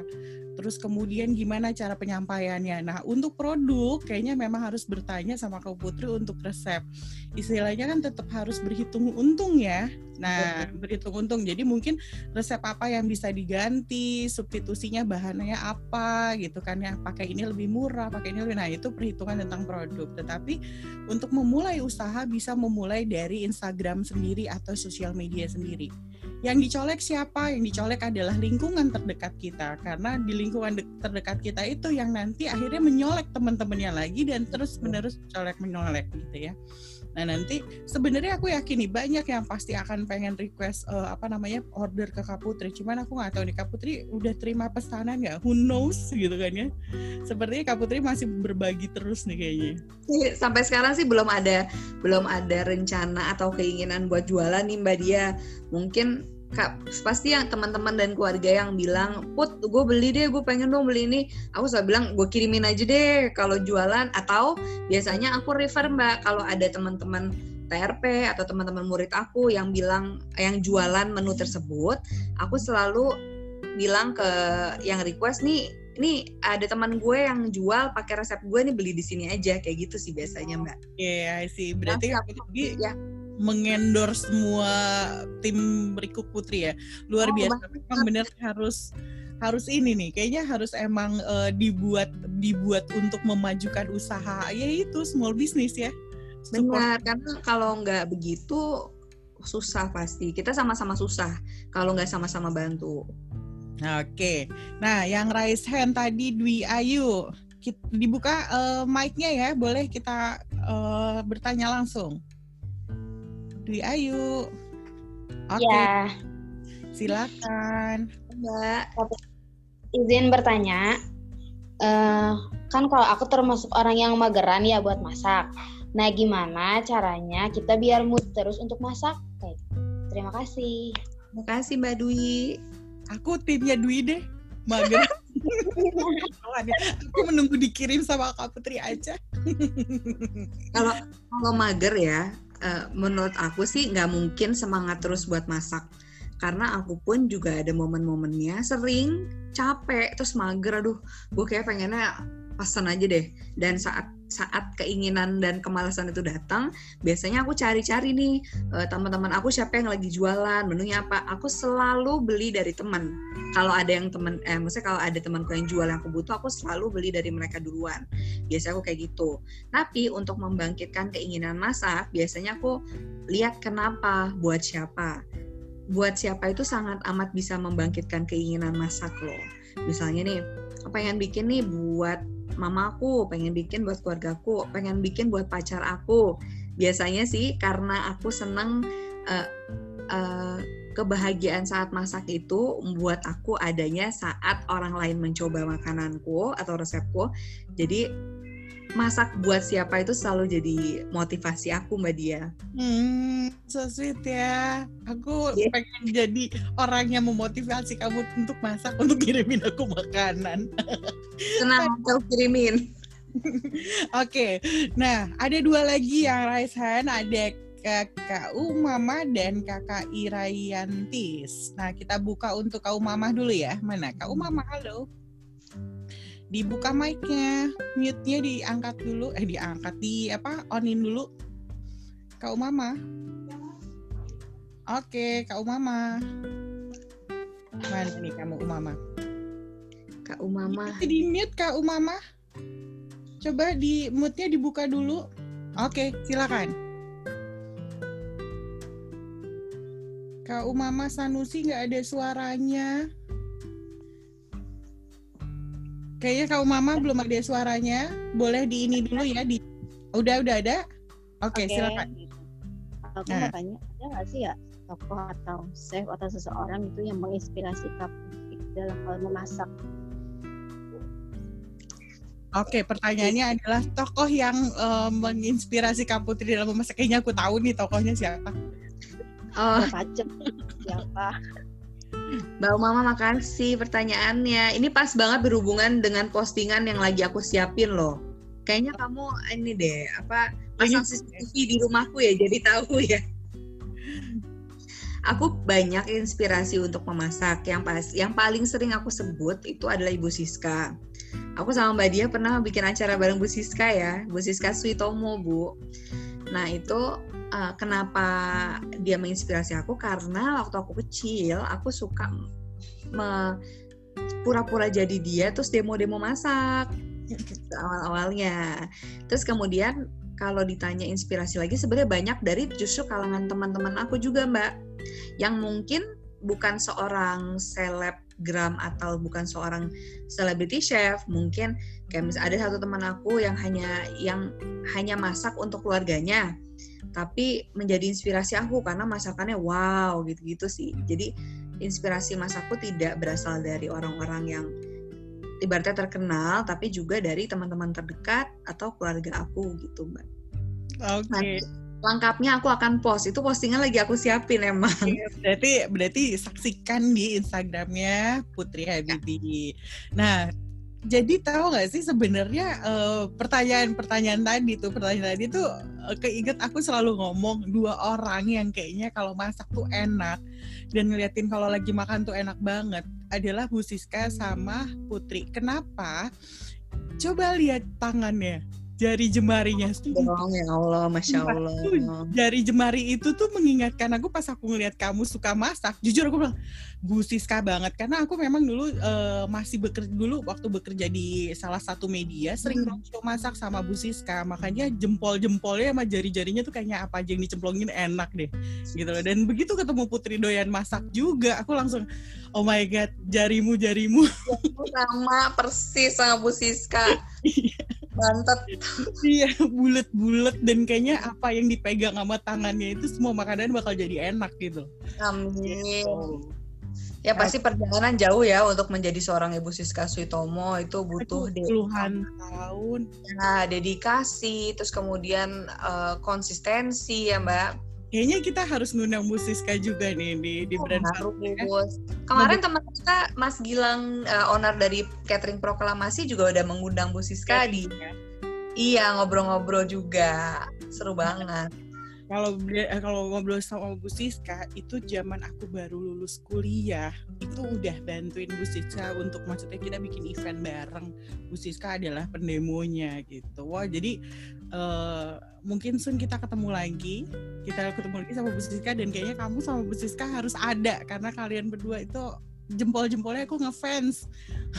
terus kemudian gimana cara penyampaiannya. Nah, untuk produk kayaknya memang harus bertanya sama Kak Putri untuk resep. Istilahnya kan tetap harus berhitung untung ya. Nah, berhitung untung. Jadi mungkin resep apa yang bisa diganti, substitusinya bahannya apa gitu kan ya. Pakai ini lebih murah, pakai ini lebih. Nah, itu perhitungan tentang produk. Tetapi untuk memulai usaha bisa memulai dari Instagram sendiri atau sosial media sendiri. Yang dicolek siapa? Yang dicolek adalah lingkungan terdekat kita. Karena di lingkungan de- terdekat kita itu yang nanti akhirnya menyolek teman-temannya lagi dan terus-menerus colek-menyolek gitu ya. Nah, nanti sebenarnya aku yakin nih banyak yang pasti akan pengen request uh, apa namanya order ke Kak Putri. Cuman aku nggak tahu nih Kak Putri udah terima pesanan nggak? Who knows gitu kan ya. Sepertinya Kak Putri masih berbagi terus nih kayaknya.
Sampai sekarang sih belum ada belum ada rencana atau keinginan buat jualan nih Mbak Dia. Mungkin Kak, pasti yang teman-teman dan keluarga yang bilang, Put, gue beli deh, gue pengen dong beli ini. Aku selalu bilang, gue kirimin aja deh kalau jualan. Atau biasanya aku refer Mbak, kalau ada teman-teman T R P atau teman-teman murid aku yang bilang, yang jualan menu tersebut, aku selalu bilang ke yang request nih, ini ada teman gue yang jual pakai resep gue nih, beli di sini aja, kayak gitu sih biasanya Mbak.
Iya, yeah, sih. Berarti Kak Putri
ya
mengendorse semua tim Rikuk Putri ya, luar oh, biasa. Memang benar harus harus ini nih, kayaknya harus emang uh, dibuat dibuat untuk memajukan usaha, yaitu small business ya.
Benar, karena kalau nggak begitu susah pasti. Kita sama-sama susah kalau nggak sama-sama bantu.
Oke, nah yang raise hand tadi Dwi Ayu, kita, dibuka uh, mic-nya ya, boleh kita uh, bertanya langsung. Dwi Ayu. Oke.
Ya.
Silakan.
Mbak.
Izin bertanya. Uh, kan kalau aku termasuk orang yang mageran ya buat masak. Nah, gimana caranya kita biar mood terus untuk masak? Oke. Terima kasih.
Terima kasih Mbak Dwi.
Aku timnya Dwi deh. Mager. Aku menunggu dikirim sama Kak Putri aja.
Kalau kalau mager ya, Uh, menurut aku sih nggak mungkin semangat terus buat masak, karena aku pun juga ada momen-momennya sering capek terus mager, aduh gue kayak pengennya pesan aja deh. Dan saat saat keinginan dan kemalasan itu datang, biasanya aku cari-cari nih uh, teman-teman aku siapa yang lagi jualan, menunya apa. Aku selalu beli dari teman. Kalau ada yang teman, eh, maksudnya kalau ada temanku yang jual yang aku butuh, aku selalu beli dari mereka duluan. Biasanya aku kayak gitu. Tapi untuk membangkitkan keinginan masak, biasanya aku lihat kenapa, buat siapa. Buat siapa itu sangat amat bisa membangkitkan keinginan masak loh. Misalnya nih, aku pengen bikin nih buat mamaku, pengen bikin buat keluargaku, pengen bikin buat pacar aku. Biasanya sih karena aku seneng uh, uh, kebahagiaan saat masak itu membuat aku adanya saat orang lain mencoba makananku atau resepku. Jadi masak buat siapa itu selalu jadi motivasi aku Mbak Dia.
Hmm, so sweet ya. Aku yeah. pengen jadi orang yang memotivasi kamu untuk masak, untuk kirimin aku makanan.
Tenang, aku kirimin.
Oke, okay. Nah ada dua lagi yang raise hand, ada Kakak Umama dan Kakak Irayantis. Nah kita buka untuk Kak Umama dulu ya. Mana Kak Umama, halo. Dibuka mic-nya, mute-nya diangkat dulu, eh diangkat, di apa, on-in dulu. Kak Umama. Oke, Kak Umama. Mana nih kamu Umama?
Kak Umama.
Di mute Kak Umama. Coba di mute-nya dibuka dulu. Oke, silakan. Kak Umama Sanusi nggak ada suaranya. Kayaknya Kak Umama belum ada suaranya. Boleh di ini dulu ya. Di... Udah, udah ada? Oke, okay, okay. Silakan.
Aku nah. mau tanya, ada nggak sih ya tokoh atau chef atau seseorang itu yang menginspirasi Kak Putri dalam hal memasak?
Oke, pertanyaannya adalah tokoh yang uh, menginspirasi Kak Putri dalam memasak. Kayaknya aku tahu nih tokohnya siapa.
Oh, Pacem. Siapa?
Mbak Umama, makasih pertanyaannya. Ini pas banget berhubungan dengan postingan yang lagi aku siapin loh. Kayaknya kamu ini deh, apa pasang C C T V di rumahku ya, jadi tahu ya. aku banyak inspirasi untuk memasak. Yang pas, yang paling sering aku sebut itu adalah Ibu Siska. Aku sama Mbak Dia pernah bikin acara bareng Bu Siska ya, Bu Siska Suitomo, Bu. Nah itu uh, kenapa dia menginspirasi aku, karena waktu aku kecil aku suka me- pura-pura jadi dia, terus demo-demo masak awal-awalnya. Terus kemudian kalau ditanya inspirasi lagi, sebenarnya banyak dari justru kalangan teman-teman aku juga, Mbak, yang mungkin bukan seorang selebgram atau bukan seorang celebrity chef. Mungkin kayak misalnya ada satu teman aku yang hanya yang hanya masak untuk keluarganya, tapi menjadi inspirasi aku karena masakannya wow gitu-gitu sih. Jadi inspirasi masakku tidak berasal dari orang-orang yang ibaratnya terkenal, tapi juga dari teman-teman terdekat atau keluarga aku gitu, Mbak.
Oke. Okay.
Nah, lengkapnya aku akan post. Itu postingan lagi aku siapin emang.
Okay, berarti berarti saksikan di Instagramnya Putri Habibie. Nah, jadi tahu nggak sih sebenarnya uh, pertanyaan-pertanyaan tadi tuh, pertanyaan tadi tuh uh, keinget aku selalu ngomong dua orang yang kayaknya kalau masak tuh enak dan ngeliatin kalau lagi makan tuh enak banget adalah Bu Siska sama Putri. Kenapa? Coba lihat tangannya, jari jemarinya.
Oh, ya Allah, Masya Allah.
Jari jemari itu tuh mengingatkan aku pas aku ngeliat kamu suka masak. Jujur aku bilang, Bu Siska banget. Karena aku memang dulu uh, masih bekerja, dulu waktu bekerja di salah satu media, sering roadshow masak sama Bu Siska. Makanya jempol-jempolnya sama jari-jarinya tuh kayaknya apa aja yang dicemplongin enak deh. Gitu loh. Dan begitu ketemu Putri doyan masak juga, aku langsung, oh my God, jarimu-jarimu.
Sama persis sama Bu Siska. Mantap.
Iya, bulet-bulet dan kayaknya apa yang dipegang sama tangannya itu semua makanan bakal jadi enak gitu.
Amin.
Gitu.
Ya pasti perjalanan jauh ya untuk menjadi seorang Ibu Siska Suitomo, itu butuh
puluhan tahun.
Nah, dedikasi, terus kemudian uh, konsistensi ya, Mbak.
Kayaknya kita harus ngundang Bu Siska juga nih di di
oh,
brand
harus. Kemarin Mem- teman kita Mas Gilang, uh, owner dari Catering Proklamasi juga udah mengundang Bu Siska di ya. Iya, ngobrol-ngobrol juga. Seru banget.
Kalau kalau ngobrol sama Bu Siska itu zaman aku baru lulus kuliah, itu udah bantuin Bu Siska untuk maksudnya kita bikin event bareng. Bu Siska adalah pendemonya gitu. Wah, jadi uh, mungkin soon kita ketemu lagi. Kita ketemu lagi sama Bu Siska dan kayaknya kamu sama Bu Siska harus ada karena kalian berdua itu jempol-jempolnya aku ngefans.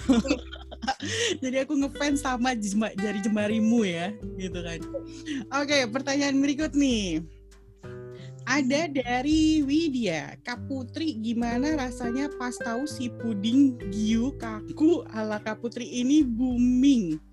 Jadi aku ngefans sama jari jemarimu ya, gitu kan. Oke, pertanyaan berikut nih. Ada dari Widya, Kak Putri, gimana rasanya pas tahu si puding Giu kaku ala Kak Putri ini booming?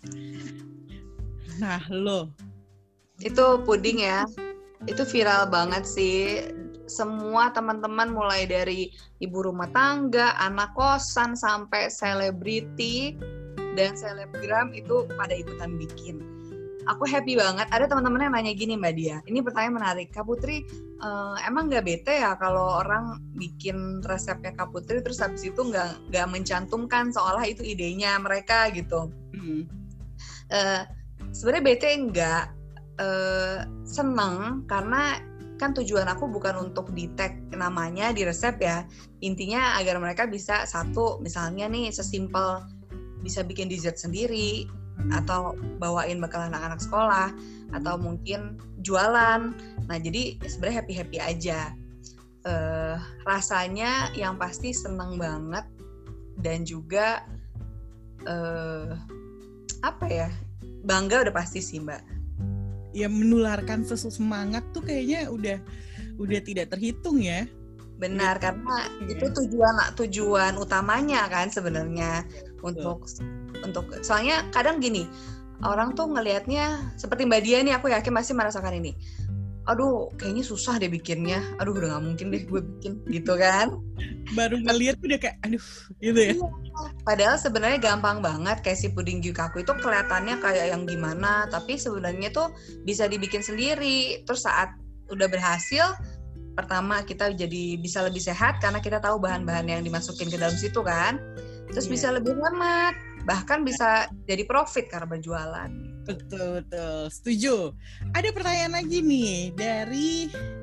Nah, lo.
Itu puding ya, itu viral banget sih. Semua teman-teman mulai dari ibu rumah tangga, anak kosan, sampai selebriti dan selebgram itu pada ikutan bikin. Aku happy banget. Ada teman-teman yang nanya gini, Mbak Dia. Ini pertanyaan menarik. Kak Putri, uh, emang nggak bete ya kalau orang bikin resepnya Kak Putri terus habis itu nggak nggak mencantumkan seolah itu idenya mereka gitu? Hmm. Uh, sebenarnya bete nggak. Uh, seneng karena kan tujuan aku bukan untuk di-tag namanya di resep ya. Intinya agar mereka bisa satu, misalnya nih sesimpel bisa bikin dessert sendiri, atau bawain bekal anak-anak sekolah, atau mungkin jualan. Nah, jadi sebenarnya happy-happy aja. Uh, rasanya yang pasti seneng banget dan juga uh, apa ya, bangga udah pasti sih, Mbak.
Ya menularkan sesuatu semangat tuh kayaknya udah udah tidak terhitung ya.
Benar, ya. Karena ya. Itu tujuan tujuan utamanya kan sebenarnya untuk untuk soalnya kadang gini, orang tuh ngelihatnya seperti Mbak Dia nih, aku yakin masih merasakan ini. Aduh, kayaknya susah deh bikinnya. Aduh, udah nggak mungkin deh gue bikin gitu kan.
Baru ngeliat udah kayak aduh gitu ya.
Padahal sebenarnya gampang banget, kayak si puding gyukaku itu kelihatannya kayak yang gimana, tapi sebenarnya tuh bisa dibikin sendiri. Terus saat udah berhasil, pertama kita jadi bisa lebih sehat karena kita tahu bahan-bahan yang dimasukin ke dalam situ kan. Terus yeah. bisa lebih hemat, bahkan bisa jadi profit karena berjualan.
Betul, betul. Setuju. Ada pertanyaan lagi nih dari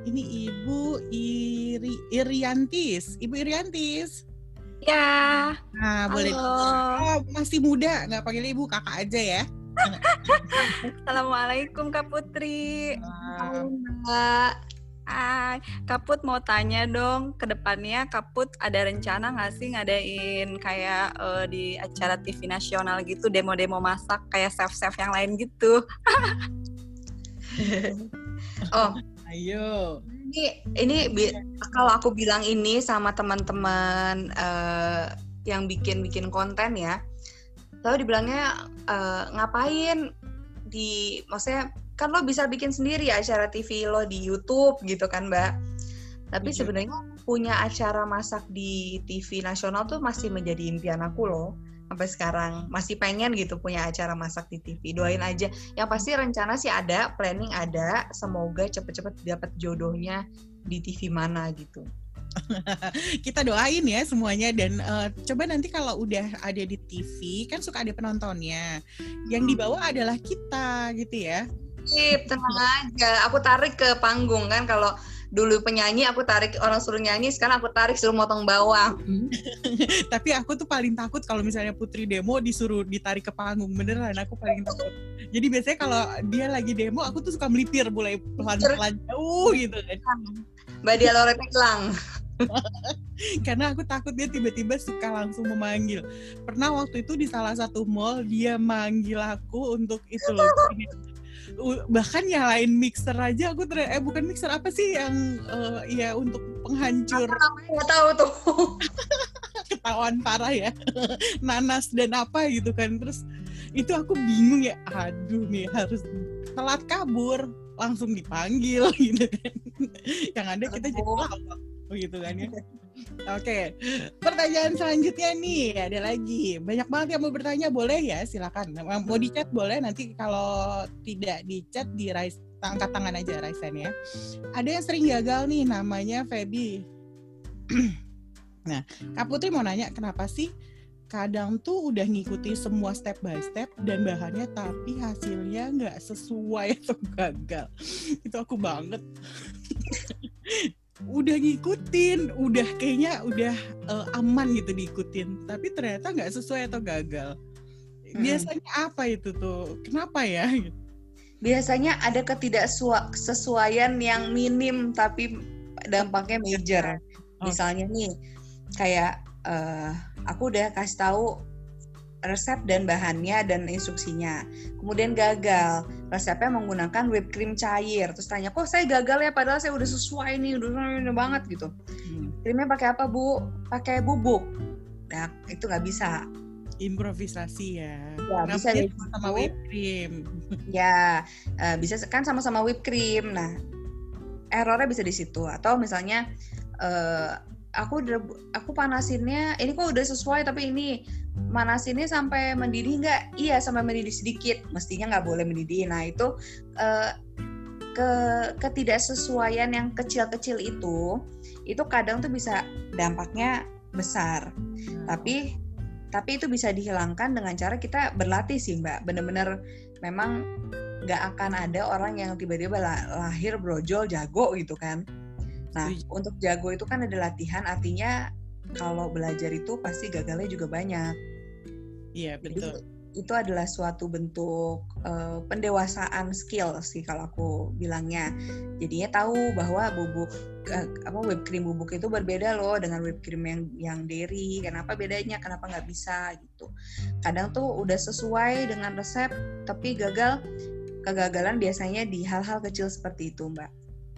ini Ibu Iri, Iriantis. Ibu Iriantis.
Ya.
Nah, boleh. Oh, masih muda, nggak panggil Ibu, kakak aja ya.
Assalamualaikum Kak Putri.
Halo Mbak.
Hai, Kak Put mau tanya dong, ke depannya Kak Put ada rencana nggak sih ngadain kayak uh, di acara T V nasional gitu, demo-demo masak kayak chef-chef yang lain gitu?
Oh,
Ayo.
ini ini bi- kalau aku bilang ini sama teman-teman uh, yang bikin-bikin konten ya, lalu dibilangnya uh, ngapain di, maksudnya kan lo bisa bikin sendiri acara T V lo di YouTube gitu kan Mbak. Tapi
Iya.
sebenarnya punya acara masak di T V nasional tuh masih menjadi impian aku loh. Sampai sekarang masih pengen gitu punya acara masak di T V. Doain aja. Yang pasti rencana sih ada, planning ada. Semoga cepet-cepet dapat jodohnya di T V mana gitu.
Kita doain ya semuanya, dan uh, coba nanti kalau udah ada di T V kan suka ada penontonnya. Yang dibawa adalah kita gitu ya.
Sip, tenang aja. Aku tarik ke panggung kan, kalau dulu penyanyi aku tarik orang suruh nyanyi, sekarang aku tarik suruh motong bawang.
Tapi aku tuh paling takut kalau misalnya Putri demo disuruh ditarik ke panggung, beneran aku paling takut. Jadi biasanya kalau dia lagi demo aku tuh suka melipir, mulai pelan-pelan jauh gitu kan.
Mbak Dia Loretta hilang.
Karena aku takut dia tiba-tiba suka langsung memanggil. Pernah waktu itu di salah satu mall dia manggil aku untuk itu loh. Bahkan nyalain mixer aja aku ter- eh bukan mixer, apa sih yang uh, ya untuk penghancur.
Nggak tahu tuh.
Ketahuan parah ya. Nanas dan apa gitu kan. Terus itu aku bingung ya, aduh nih harus telat kabur, langsung dipanggil gitu kan. Yang ada kita jadi lawak begitu kan ya. Oke, pertanyaan selanjutnya nih, ada lagi. Banyak banget yang mau bertanya, boleh ya, silakan. Mau di chat boleh, nanti kalau tidak di chat di raise, angkat tangan aja Raisen ya. Ada yang sering gagal nih, namanya Feby. Nah, Kak Putri mau nanya, kenapa sih kadang tuh udah ngikuti semua step by step dan bahannya tapi hasilnya nggak sesuai atau gagal? Itu aku banget. Udah ngikutin, udah kayaknya udah uh, aman gitu diikutin, tapi ternyata nggak sesuai atau gagal. Biasanya hmm. apa itu tuh? Kenapa ya?
Biasanya ada ketidaksesuaian yang minim tapi dampaknya major. Oh. Misalnya nih, kayak uh, aku udah kasih tahu resep dan bahannya dan instruksinya, kemudian gagal, resepnya menggunakan whipped cream cair, terus tanya, kok saya gagal ya, padahal saya udah sesuai nih, udah sesuai banget gitu. Hmm. Krimnya pakai apa Bu? Pakai bubuk. Nah itu nggak bisa.
Improvisasi ya.
Ya
nah,
bisa deh
sama whipped cream.
Ya uh, bisa kan sama-sama whipped cream. Nah errornya bisa di situ. Atau misalnya uh, aku aku panasinnya ini kok udah sesuai tapi ini manasinnya sampai mendidih nggak? Iya sampai mendidih sedikit, mestinya nggak boleh mendidih. Nah itu uh, ke ketidaksesuaian yang kecil-kecil itu itu kadang tuh bisa dampaknya besar. Hmm. Tapi tapi itu bisa dihilangkan dengan cara kita berlatih sih Mbak. Bener-bener memang nggak akan ada orang yang tiba-tiba lahir brojol jago gitu kan. Nah, untuk jago itu kan ada latihan, artinya kalau belajar itu pasti gagalnya juga banyak.
Iya, betul.
Jadi, itu adalah suatu bentuk uh, pendewasaan skill sih kalau aku bilangnya. Jadinya tahu bahwa bubuk uh, apa whipped cream bubuk itu berbeda loh dengan whipped cream yang yang dairy. Kenapa bedanya? Kenapa nggak bisa gitu? Kadang tuh udah sesuai dengan resep tapi gagal. Kegagalan biasanya di hal-hal kecil seperti itu, Mbak.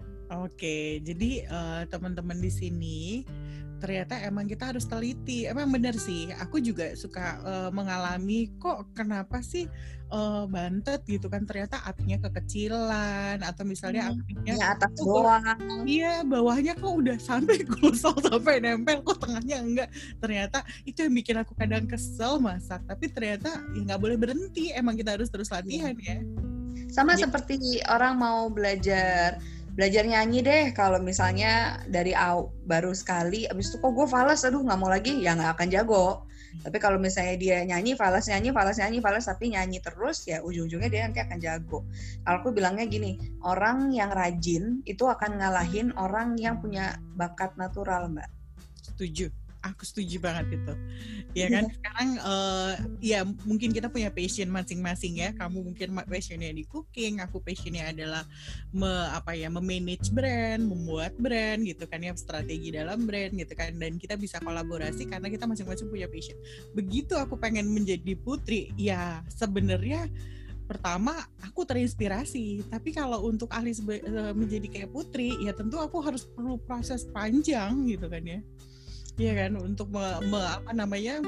Oke, jadi uh, teman-teman di sini ternyata emang kita harus teliti. Emang benar sih, aku juga suka uh, mengalami kok kenapa sih uh, bantet gitu kan, ternyata apinya kekecilan atau misalnya apinya
ya, atas doang.
Iya, bawahnya kok udah sampai gosong sampai nempel, kok tengahnya enggak. Ternyata itu yang bikin aku kadang kesel masak, tapi ternyata ya nggak boleh berhenti, emang kita harus terus latihan ya.
Sama
ya.
Seperti orang mau belajar belajar nyanyi deh, kalau misalnya dari aw, baru sekali, abis itu kok gue fales, aduh nggak mau lagi, ya nggak akan jago. Tapi kalau misalnya dia nyanyi, fales, nyanyi, fales, nyanyi, fales, tapi nyanyi terus, ya ujung-ujungnya dia nanti akan jago. Kalau aku bilangnya gini, orang yang rajin itu akan ngalahin orang yang punya bakat natural, Mbak.
Setuju. Aku setuju banget itu. Ya kan, sekarang uh, ya mungkin kita punya passion masing-masing ya. Kamu mungkin passionnya di cooking, aku passionnya adalah me, apa ya, memanage brand, membuat brand gitu kan ya, strategi dalam brand gitu kan. Dan kita bisa kolaborasi karena kita masing-masing punya passion. Begitu aku pengen menjadi putri, ya sebenarnya pertama aku terinspirasi, tapi kalau untuk ahli sebe- menjadi kayak putri, ya tentu aku harus perlu proses panjang gitu kan ya. Iya kan, untuk me, me, apa namanya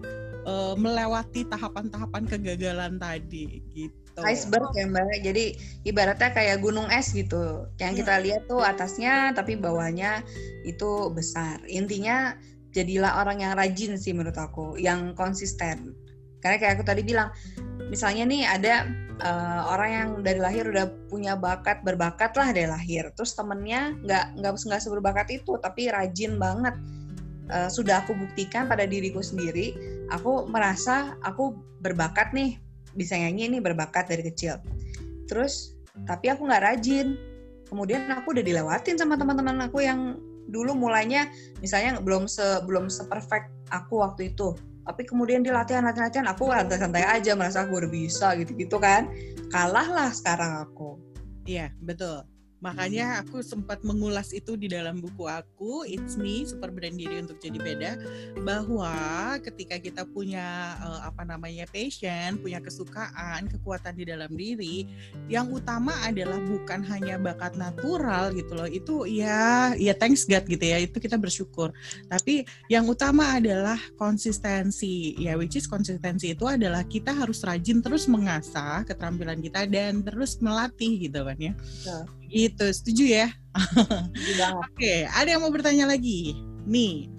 uh, melewati tahapan-tahapan kegagalan tadi gitu.
Iceberg ya Mbak, jadi ibaratnya kayak gunung es gitu. Yang kita lihat tuh atasnya, tapi bawahnya itu besar. Intinya jadilah orang yang rajin sih menurut aku, yang konsisten. Karena kayak aku tadi bilang, misalnya nih ada uh, orang yang dari lahir udah punya bakat, berbakat lah dari lahir. Terus temennya nggak nggak nggak seberbakat itu, tapi rajin banget. Uh, sudah aku buktikan pada diriku sendiri, aku merasa aku berbakat nih, bisa nyanyi nih, berbakat dari kecil. Terus, tapi aku nggak rajin. Kemudian aku udah dilewatin sama teman-teman aku yang dulu mulainya, misalnya belum se belum seperfect aku waktu itu. Tapi kemudian di latihan-latihan, aku santai-santai aja, merasa aku udah bisa gitu-gitu kan. Kalah lah sekarang aku.
Iya, betul. Makanya aku sempat mengulas itu di dalam buku aku, It's Me, Super Brand Diri Untuk Jadi Beda, bahwa ketika kita punya uh, apa namanya passion, punya kesukaan, kekuatan di dalam diri, yang utama adalah bukan hanya bakat natural gitu loh. Itu ya ya thanks God gitu ya, itu kita bersyukur. Tapi yang utama adalah konsistensi. Ya which is konsistensi itu adalah kita harus rajin terus mengasah keterampilan kita dan terus melatih gitu kan ya.
Ya.
Gitu, setuju ya? Oke, okay, ada yang mau bertanya lagi? Nih,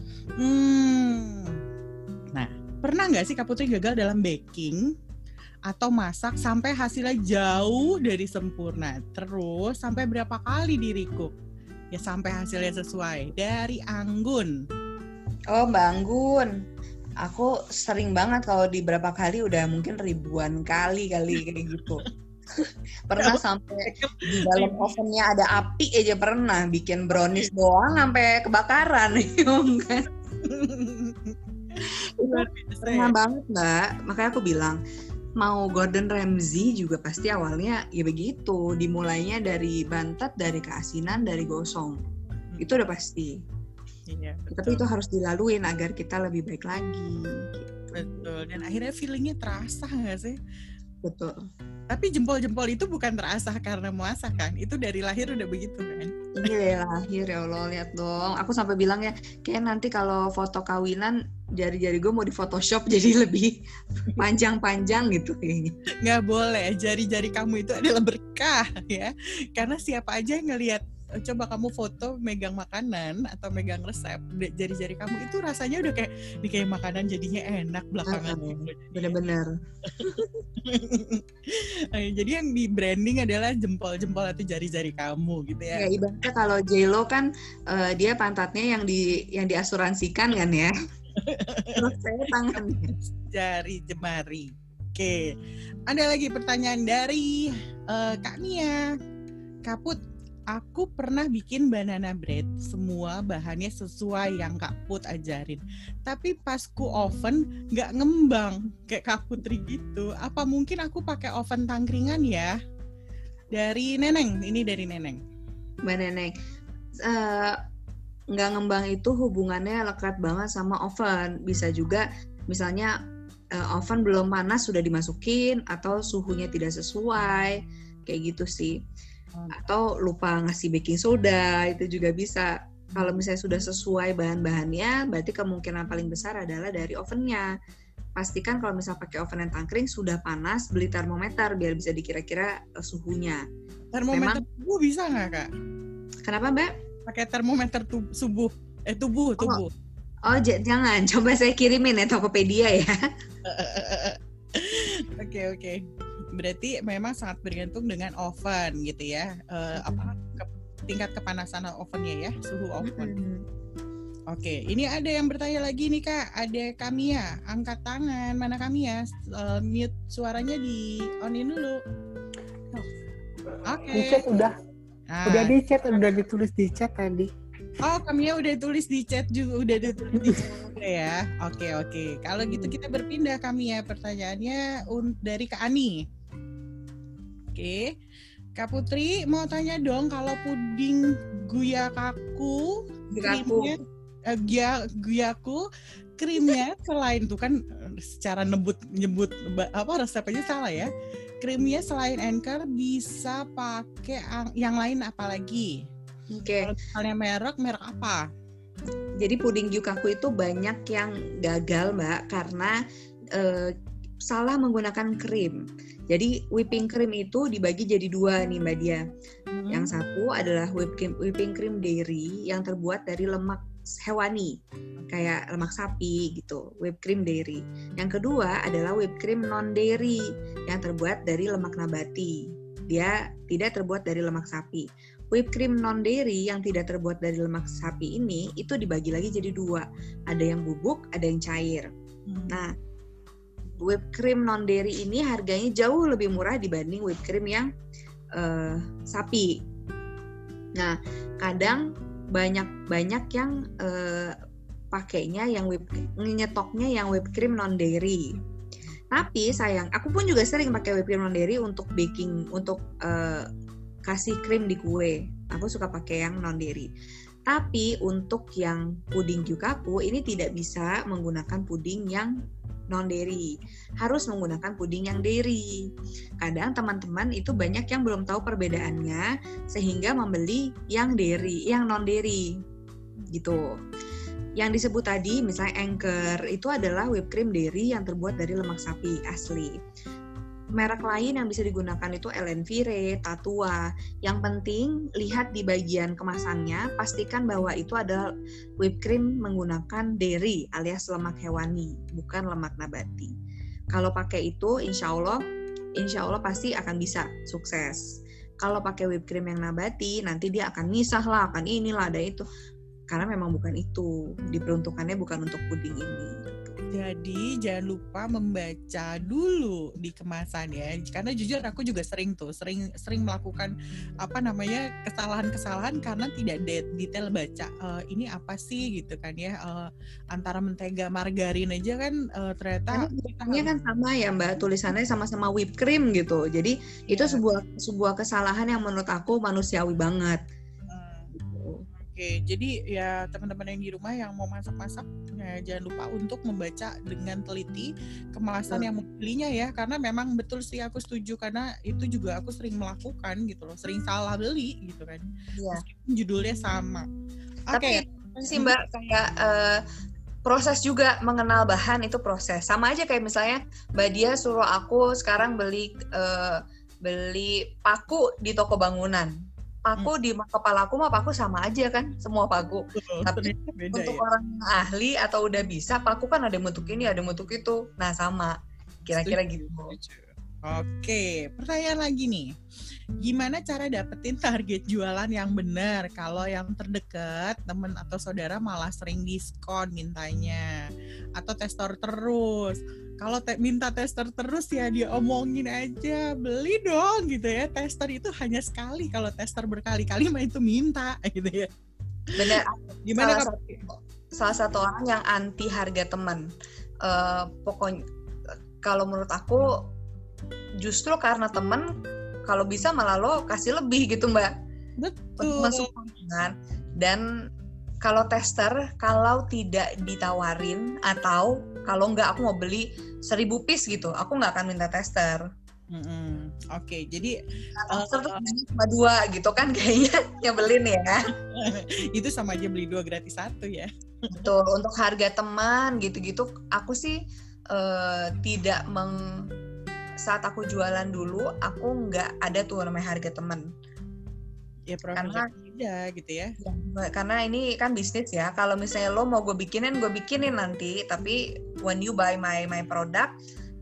hmm, nah, pernah nggak sih Kak Putri gagal dalam baking atau masak sampai hasilnya jauh dari sempurna? Terus sampai berapa kali diriku? Ya sampai hasilnya sesuai. Dari Anggun.
Oh, Mbak Anggun. Aku sering banget kalau di berapa kali udah mungkin ribuan kali kali kayak gitu. Pernah sampai di dalam ovennya ada api aja, pernah bikin brownies doang sampai kebakaran kan. Pernah banget Mbak, makanya aku bilang mau Gordon Ramsay juga pasti awalnya ya begitu, dimulainya dari bantet, dari keasinan, dari gosong, itu udah pasti.
Iya,
tapi itu harus dilaluin agar kita lebih baik lagi.
Betul, dan akhirnya feelingnya terasa nggak sih?
Betul.
Tapi jempol-jempol itu bukan terasa karena masak kan? Itu dari lahir udah begitu kan?
Ini dari lahir, ya Allah, lihat dong. Aku sampai bilang ya, kayak nanti kalau foto kawinan, jari-jari gue mau di Photoshop jadi lebih panjang-panjang gitu kayaknya.
Nggak boleh, jari-jari kamu itu adalah berkah ya. Karena siapa aja yang ngelihat, coba kamu foto megang makanan atau megang resep, jari-jari kamu itu rasanya udah kayak di kayak makanan jadinya enak belakangan.
Uh, bener-bener.
Jadi yang di branding adalah jempol-jempol atau jari-jari kamu gitu ya.
Ya ibaratnya kalau J-Lo kan uh, dia pantatnya yang di yang diasuransikan kan ya. Terus saya tangan.
Jari jemari. Oke. Ada lagi pertanyaan dari uh, Kak Mia. Kaput, aku pernah bikin banana bread, semua bahannya sesuai yang Kak Put ajarin. Tapi pas ku oven nggak ngembang kayak Kak Putri gitu. Apa mungkin aku pakai oven tangkringan ya? Dari Neneng, ini dari Neneng.
Mbak Neneng, uh, nggak ngembang itu hubungannya lekat banget sama oven. Bisa juga misalnya uh, oven belum panas sudah dimasukin atau suhunya tidak sesuai, kayak gitu sih. Atau lupa ngasih baking soda, itu juga bisa. Kalau misalnya sudah sesuai bahan-bahannya, berarti kemungkinan paling besar adalah dari ovennya. Pastikan kalau misalnya pakai oven yang tangkring sudah panas, beli termometer biar bisa dikira-kira suhunya.
Termometer Memang, tubuh bisa nggak Kak?
Kenapa Mbak?
Pakai termometer tub- subuh, eh tubuh, tubuh.
Oh, oh j- jangan, coba saya kirimin ya Tokopedia ya.
Oke oke. Berarti memang sangat bergantung dengan oven gitu ya, uh, apa ke, tingkat kepanasan ovennya ya, suhu oven. Mm-hmm. Oke, ini ada yang bertanya lagi nih Kak, ada Kamia, angkat tangan, mana Kamia? Uh, mute suaranya di onin dulu. Oke.
Di chat udah,
nah.
udah di chat, udah ditulis di chat tadi.
Oh, Kamia udah tulis di chat juga, udah ditulis di chat juga ya. Oke oke, kalau gitu kita berpindah Kamia, pertanyaannya dari Kak Ani. Oke, Kak Putri mau tanya dong, kalau puding Gyakaku, krimnya Uh, Gyaku krimnya selain itu kan secara nebut nyebut apa resepnya salah ya. Krimnya selain Anchor bisa pakai yang lain apa lagi?
Oke. Okay.
Misalnya merek merek apa?
Jadi puding Gyukaku itu banyak yang gagal Mbak karena uh, salah menggunakan krim. Jadi whipping cream itu dibagi jadi dua nih Mbak Dia. Hmm. Yang satu adalah whipping whipping cream dairy yang terbuat dari lemak hewani kayak lemak sapi gitu, whipped cream dairy. Yang kedua adalah whipped cream non dairy yang terbuat dari lemak nabati. Dia tidak terbuat dari lemak sapi. Whipped cream non dairy yang tidak terbuat dari lemak sapi ini itu dibagi lagi jadi dua. Ada yang bubuk, ada yang cair. Hmm. Nah, whipped cream non dairy ini harganya jauh lebih murah dibanding whipped cream yang uh, sapi. Nah, kadang banyak-banyak yang uh, pakainya yang whip, nyetoknya yang whipped cream non dairy. Tapi sayang, aku pun juga sering pakai whipped cream non dairy untuk baking, untuk uh, kasih krim di kue. Aku suka pakai yang non dairy. Tapi untuk yang puding Gyukaku ini tidak bisa menggunakan puding yang non dairy, harus menggunakan puding yang dairy. Kadang teman-teman itu banyak yang belum tahu perbedaannya sehingga membeli yang dairy, yang non dairy gitu. Yang disebut tadi misalnya Anchor itu adalah whipped cream dairy yang terbuat dari lemak sapi asli. Merek lain yang bisa digunakan itu Elenvire, Tatua. Yang penting lihat di bagian kemasannya, pastikan bahwa itu adalah whipped cream menggunakan dairy alias lemak hewani, bukan lemak nabati. Kalau pakai itu, insya Allah, insya Allah pasti akan bisa sukses. Kalau pakai whipped cream yang nabati, nanti dia akan misah lah, akan inilah, ada itu. Karena memang bukan itu, diperuntukannya bukan untuk puding ini.
Jadi jangan lupa membaca dulu di kemasan ya, karena jujur aku juga sering tuh, sering sering melakukan apa namanya kesalahan-kesalahan karena tidak de- detail baca uh, ini apa sih gitu kan ya, uh, antara mentega margarin aja kan uh, ternyata
ini kan sama ya Mbak, tulisannya sama-sama whipped cream gitu, jadi yeah. Itu sebuah sebuah kesalahan yang menurut aku manusiawi banget.
Oke, jadi ya teman-teman yang di rumah yang mau masak-masak ya, jangan lupa untuk membaca dengan teliti kemasan hmm. yang mau belinya ya, karena memang betul sih aku setuju, karena itu juga aku sering melakukan gitu loh, sering salah beli gitu kan, ya. Meskipun judulnya sama. Oke.
Tapi sih Mbak kayak uh, proses juga mengenal bahan itu proses, sama aja kayak misalnya Mbak Dia suruh aku sekarang beli uh, beli paku di toko bangunan. Paku hmm. di kepala aku mah paku sama aja kan, semua paku. Betul, tapi beda, untuk ya? Orang ahli atau udah bisa, paku kan ada bentuk ini, ada bentuk itu. Nah sama, kira-kira gitu.
Oke, pertanyaan lagi nih. Gimana cara dapetin target jualan yang benar kalau yang terdekat, teman atau saudara malah sering diskon mintanya, atau testor terus? Kalau te- minta tester terus ya dia omongin aja, beli dong gitu ya. Tester itu hanya sekali, kalau tester berkali-kali mah itu minta gitu ya.
Benar.
Gimana
salah, satu, salah satu orang yang anti harga teman. Uh, pokoknya kalau menurut aku justru karena teman, kalau bisa malah lo kasih lebih gitu Mbak.
Betul.
Masuk konsumen. Dan kalau tester, kalau tidak ditawarin atau kalau nggak aku mau beli seribu piece gitu, aku nggak akan minta tester.
Mm-hmm. Oke, okay, jadi
tester tuh cuma dua gitu kan kayaknya nyebelin ya.
Itu sama aja beli dua gratis satu ya.
Betul. Untuk harga teman gitu-gitu, aku sih uh, tidak meng saat aku jualan dulu, aku nggak ada tuh namanya harga teman.
Ya karena beda gitu ya.
ya. Karena ini kan bisnis ya. Kalau misalnya lo mau gue bikinin, gue bikinin nanti. Tapi when you buy my my product,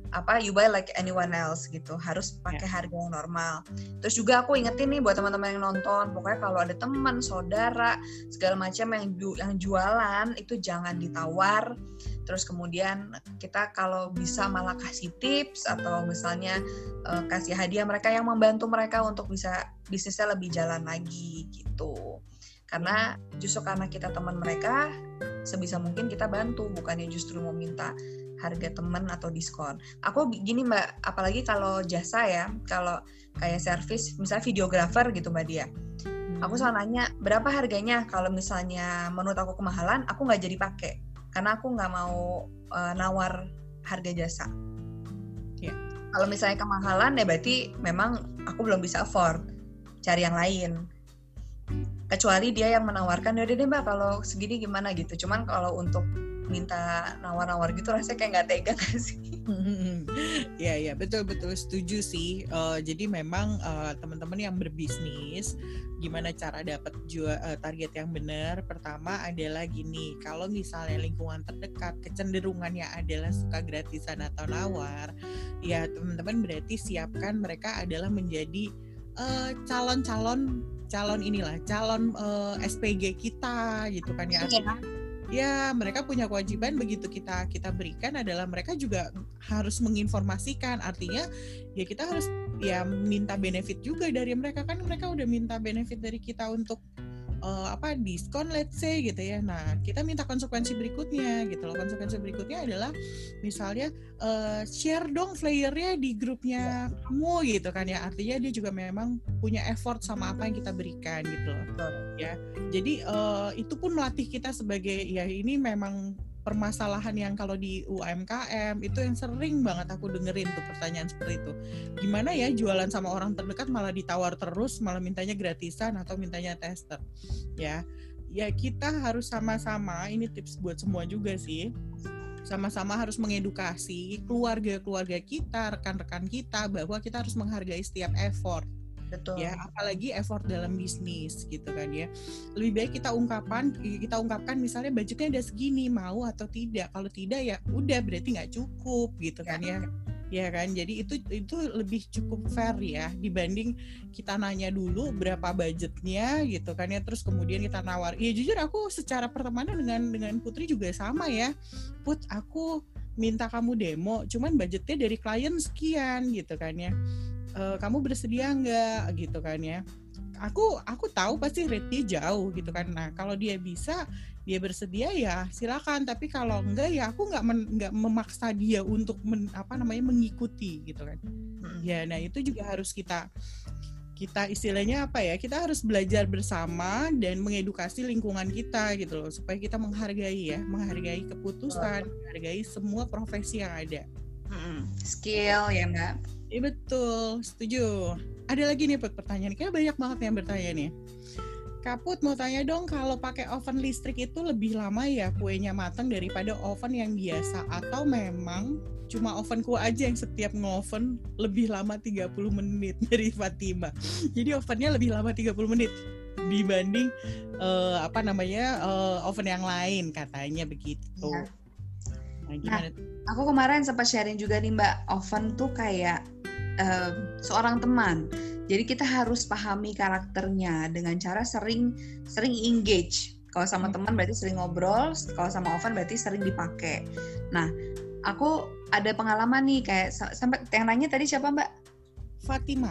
apa you buy like anyone else gitu, harus pakai yeah. harga yang normal. Terus juga aku ingetin nih buat teman-teman yang nonton, pokoknya kalau ada teman, saudara, segala macam yang ju- yang jualan itu jangan ditawar. Terus kemudian kita kalau bisa malah kasih tips atau misalnya uh, kasih hadiah mereka yang membantu mereka untuk bisa bisnisnya lebih jalan lagi gitu. Karena justru karena kita teman mereka, sebisa mungkin kita bantu, bukannya justru mau minta harga teman atau diskon. Aku gini Mbak, apalagi kalau jasa ya, kalau kayak servis, misalnya videografer gitu Mbak Dia. Aku selalu nanya, berapa harganya? Kalau misalnya menurut aku kemahalan, aku nggak jadi pakai. Karena aku nggak mau uh, nawar harga jasa.
Ya.
Kalau misalnya kemahalan, ya berarti memang aku belum bisa afford. Cari yang lain. Kecuali dia yang menawarkan, yaudah deh Mbak, kalau segini gimana gitu. Cuman kalau untuk minta nawar-nawar gitu rasanya kayak nggak tega kan sih?
Ya ya betul-betul setuju sih. Uh, jadi memang uh, teman-teman yang berbisnis, gimana cara dapat jual uh, target yang benar? Pertama adalah gini, kalau misalnya lingkungan terdekat kecenderungannya adalah suka gratisan atau nawar, ya teman-teman berarti siapkan mereka adalah menjadi uh, calon-calon calon inilah calon uh, S P G kita gitu kan ya. Ya, mereka punya kewajiban begitu kita kita berikan adalah mereka juga harus menginformasikan. Artinya ya kita harus ya minta benefit juga dari mereka, kan mereka udah minta benefit dari kita untuk uh, apa diskon let's say gitu ya. Nah, kita minta konsekuensi berikutnya gitu loh. Konsekuensi berikutnya adalah misalnya uh, share dong flyernya di grupnya kamu gitu kan ya. Artinya dia juga memang punya effort sama apa yang kita berikan gitu loh. Ya. Jadi uh, itu pun melatih kita sebagai ya ini memang permasalahan yang kalau di U M K M itu yang sering banget aku dengerin tuh pertanyaan seperti itu. Gimana ya jualan sama orang terdekat malah ditawar terus, malah mintanya gratisan atau mintanya tester. Ya. Ya kita harus sama-sama, ini tips buat semua juga sih. Sama-sama harus mengedukasi keluarga-keluarga kita, rekan-rekan kita bahwa kita harus menghargai setiap effort.
Betul.
Ya, apalagi effort dalam bisnis gitu kan ya. Lebih baik kita ungkapkan, kita ungkapkan misalnya budgetnya ada segini, mau atau tidak. Kalau tidak ya udah berarti nggak cukup gitu kan ya. Ya kan, jadi itu itu lebih cukup fair ya dibanding kita nanya dulu berapa budgetnya gitu kan ya, terus kemudian kita nawar. Ya jujur aku secara pertemanan dengan dengan Putri juga sama ya. Put, aku minta kamu demo, cuman budgetnya dari klien sekian gitu kan ya. E, kamu bersedia nggak gitu kan ya? Aku aku tahu pasti rate-nya jauh gitu kan. Nah kalau dia bisa, dia bersedia ya silakan. Tapi kalau enggak ya aku nggak nggak memaksa dia untuk men, apa namanya mengikuti gitu kan. Ya nah itu juga harus kita kita istilahnya apa ya? Kita harus belajar bersama dan mengedukasi lingkungan kita gitu loh supaya kita menghargai ya, menghargai keputusan, menghargai semua profesi yang ada.
Skill ya Mbak.
Iya betul, setuju. Ada lagi nih pertanyaan, kayak banyak banget yang bertanya nih. Kaput mau tanya dong, kalau pakai oven listrik itu lebih lama ya kuenya matang daripada oven yang biasa, atau memang cuma ovenku aja yang setiap ngoven lebih lama tiga puluh menit dari Fatima. Jadi ovennya lebih lama tiga puluh menit dibanding uh, apa namanya uh, oven yang lain katanya begitu. Ya.
Nah, nah, aku kemarin sempat sharing juga nih Mbak, oven tuh kayak uh, seorang teman. Jadi kita harus pahami karakternya dengan cara sering sering engage. Kalau sama teman berarti sering ngobrol, kalau sama oven berarti sering dipakai. Nah, aku ada pengalaman nih kayak sampai yang nanya tadi siapa Mbak?
Fatima.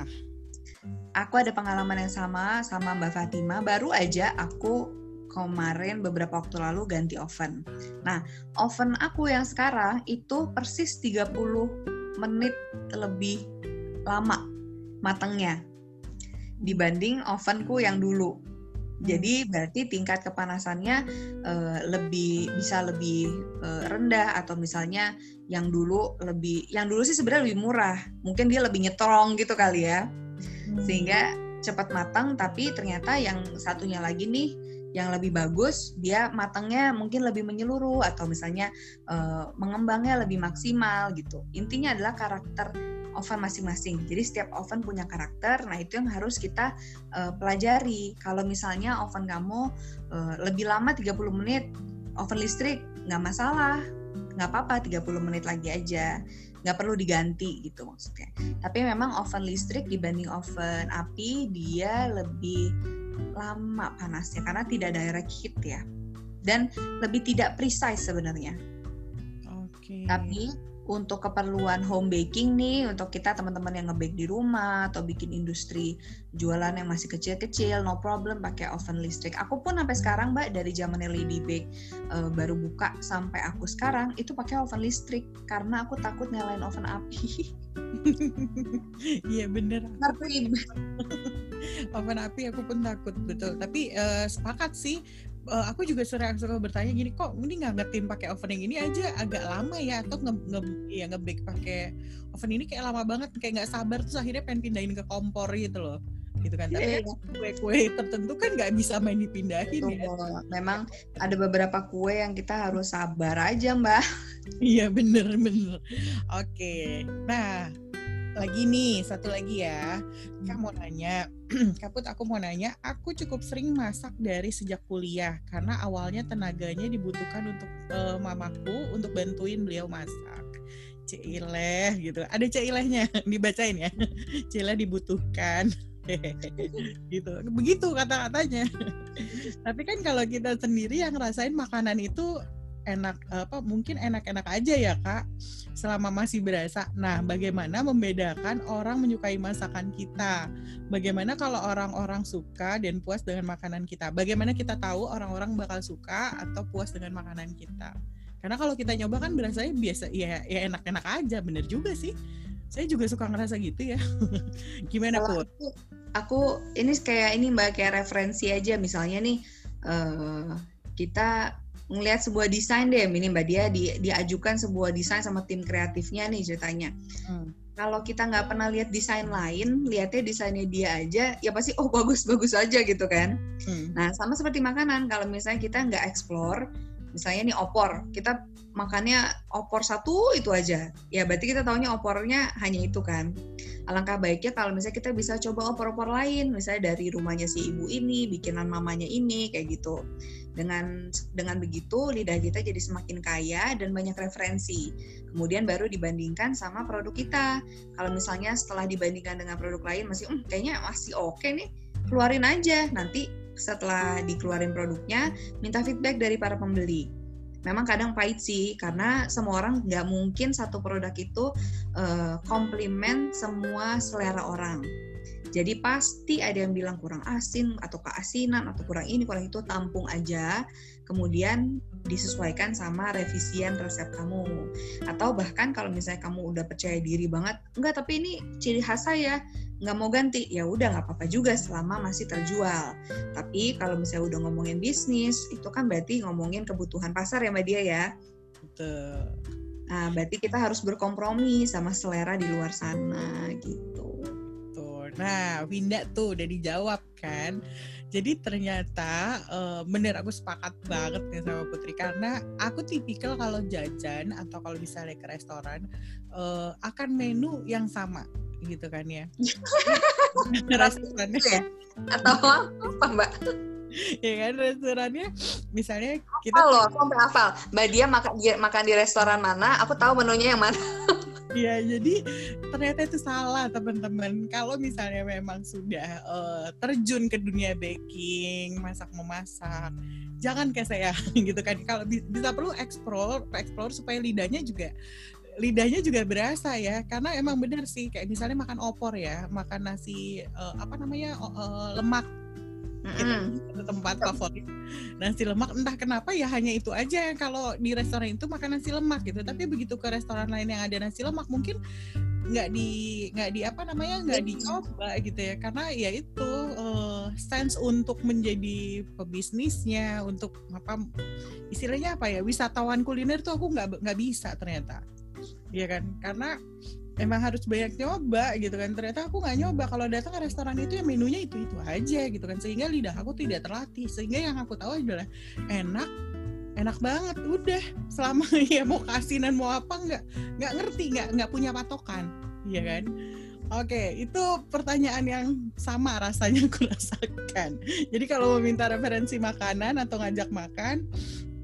Aku ada pengalaman yang sama sama Mbak Fatima. Baru aja aku kemarin beberapa waktu lalu ganti oven. Nah, oven aku yang sekarang itu persis tiga puluh menit lebih lama matangnya dibanding ovenku yang dulu. Jadi berarti tingkat kepanasannya uh, lebih bisa lebih uh, rendah, atau misalnya yang dulu lebih yang dulu sih sebenarnya lebih murah. Mungkin dia lebih nyetrong gitu kali ya. Sehingga cepat matang, tapi ternyata yang satunya lagi nih yang lebih bagus, dia matangnya mungkin lebih menyeluruh atau misalnya uh, mengembangnya lebih maksimal gitu. Intinya adalah karakter oven masing-masing. Jadi setiap oven punya karakter. Nah itu yang harus kita uh, pelajari. Kalau misalnya oven kamu uh, lebih lama tiga puluh menit, oven listrik nggak masalah, nggak apa-apa tiga puluh menit lagi aja. nggak perlu diganti gitu maksudnya. Tapi memang oven listrik dibanding oven api dia lebih lama panasnya karena tidak direct heat ya, dan lebih tidak precise sebenarnya.
Oke.
Tapi untuk keperluan home baking nih, untuk kita teman-teman yang nge-bake di rumah atau bikin industri jualan yang masih kecil-kecil, no problem pakai oven listrik. Aku pun sampai sekarang Mbak, dari zamannya Lady Bake uh, baru buka sampai aku sekarang itu pakai oven listrik karena aku takut nyalain oven api.
Iya bener.
Ngerti.
Oven api aku pun takut, betul. Tapi uh, sepakat sih. Uh, aku juga sering suka bertanya gini, kok ini ngangetin pakai oven yang ini aja agak lama ya, atau nge, nge ya nge-bake pakai oven ini kayak lama banget, kayak nggak sabar, terus akhirnya pengen pindahin ke kompor gitu loh, gitu kan. Tapi
Yeah.
kue-kue tertentu kan nggak bisa main dipindahin.
Betul.
Ya.
Memang ada beberapa kue yang kita harus sabar aja Mbak.
Iya bener bener. Oke, nah lagi nih satu lagi ya, Kak mau nanya, Kaput aku mau nanya, aku cukup sering masak dari sejak kuliah karena awalnya tenaganya dibutuhkan untuk uh, mamaku untuk bantuin beliau masak. Cileh gitu, ada cilehnya dibacain ya, cileh dibutuhkan. Gitu, begitu kata-katanya. Tapi kan kalau kita sendiri yang ngerasain makanan itu enak apa mungkin enak-enak aja ya Kak selama masih berasa. Nah, bagaimana membedakan orang menyukai masakan kita? Bagaimana kalau orang-orang suka dan puas dengan makanan kita? Bagaimana kita tahu orang-orang bakal suka atau puas dengan makanan kita? Karena kalau kita nyoba kan berasanya biasa ya, ya enak-enak aja, bener juga sih. Saya juga suka ngerasa gitu ya. Gimana Put?
Aku, aku ini kayak ini Mbak, kayak referensi aja misalnya nih uh, kita ngelihat sebuah desain deh, ini Mbak Dia di, diajukan sebuah desain sama tim kreatifnya nih ceritanya. Hmm. Kalau kita nggak pernah lihat desain lain, lihatnya desainnya dia aja, ya pasti oh bagus-bagus aja gitu kan. Hmm. Nah sama seperti makanan, kalau misalnya kita nggak explore, misalnya nih opor, kita makannya opor satu itu aja, ya berarti kita taunya opornya hanya itu kan. Alangkah baiknya kalau misalnya kita bisa coba opor-opor lain, misalnya dari rumahnya si ibu ini, bikinan mamanya ini, kayak gitu. Dengan dengan begitu lidah kita jadi semakin kaya dan banyak referensi. Kemudian baru dibandingkan sama produk kita. Kalau misalnya setelah dibandingkan dengan produk lain masih, hm, kayaknya masih oke nih, keluarin aja. Nanti setelah dikeluarin produknya, minta feedback dari para pembeli. Memang kadang pahit sih, karena semua orang nggak mungkin satu produk itu uh, komplimen semua selera orang. Jadi pasti ada yang bilang kurang asin atau keasinan atau kurang ini, kurang itu, tampung aja. Kemudian disesuaikan sama revisian resep kamu. Atau bahkan kalau misalnya kamu udah percaya diri banget, enggak tapi ini ciri khas saya, nggak mau ganti, ya udah nggak apa-apa juga selama masih terjual. Tapi kalau misalnya udah ngomongin bisnis, itu kan berarti ngomongin kebutuhan pasar ya Mbak Dia ya.
Betul.
Nah berarti kita harus berkompromi sama selera di luar sana gitu.
Nah, Winda tuh udah dijawab kan. Jadi ternyata uh, bener aku sepakat banget nih sama Putri, karena aku tipikal kalau jajan atau kalau misalnya ke restoran uh, akan menu yang sama gitu kan ya. Restorannya
ya? Atau apa Mbak?
Ya kan restorannya misalnya kita
hafal loh, aku sampai hafal. Mbak Dia makan dia makan di restoran mana, aku tahu menunya yang mana.
Ya, jadi ternyata itu salah teman-teman. Kalau misalnya memang sudah uh, terjun ke dunia baking, masak memasak, jangan kayak saya gitu kan. Kalau bisa perlu explore, explore supaya lidahnya juga lidahnya juga berasa ya. Karena emang benar sih, kayak misalnya makan opor ya, makan nasi uh, apa namanya uh, lemak. Gitu, mm-hmm. Tempat favorit nasi lemak, entah kenapa ya hanya itu aja yang kalau di restoran itu makan nasi lemak gitu. Tapi begitu ke restoran lain yang ada nasi lemak mungkin nggak di nggak di apa namanya nggak dicoba gitu ya, karena ya itu uh, sense untuk menjadi pebisnisnya, untuk apa istilahnya apa ya, wisatawan kuliner tuh aku nggak nggak bisa ternyata, ya kan, karena emang harus banyak nyoba gitu kan. Ternyata aku nggak nyoba, kalau datang ke restoran itu ya menunya itu itu aja gitu kan, sehingga lidah aku tidak terlatih. Sehingga yang aku tahu adalah enak enak banget udah, selama ya mau kasinan mau apa nggak nggak ngerti, nggak nggak punya patokan, ya kan. Oke, itu pertanyaan yang sama rasanya aku rasakan. Jadi kalau meminta referensi makanan atau ngajak makan,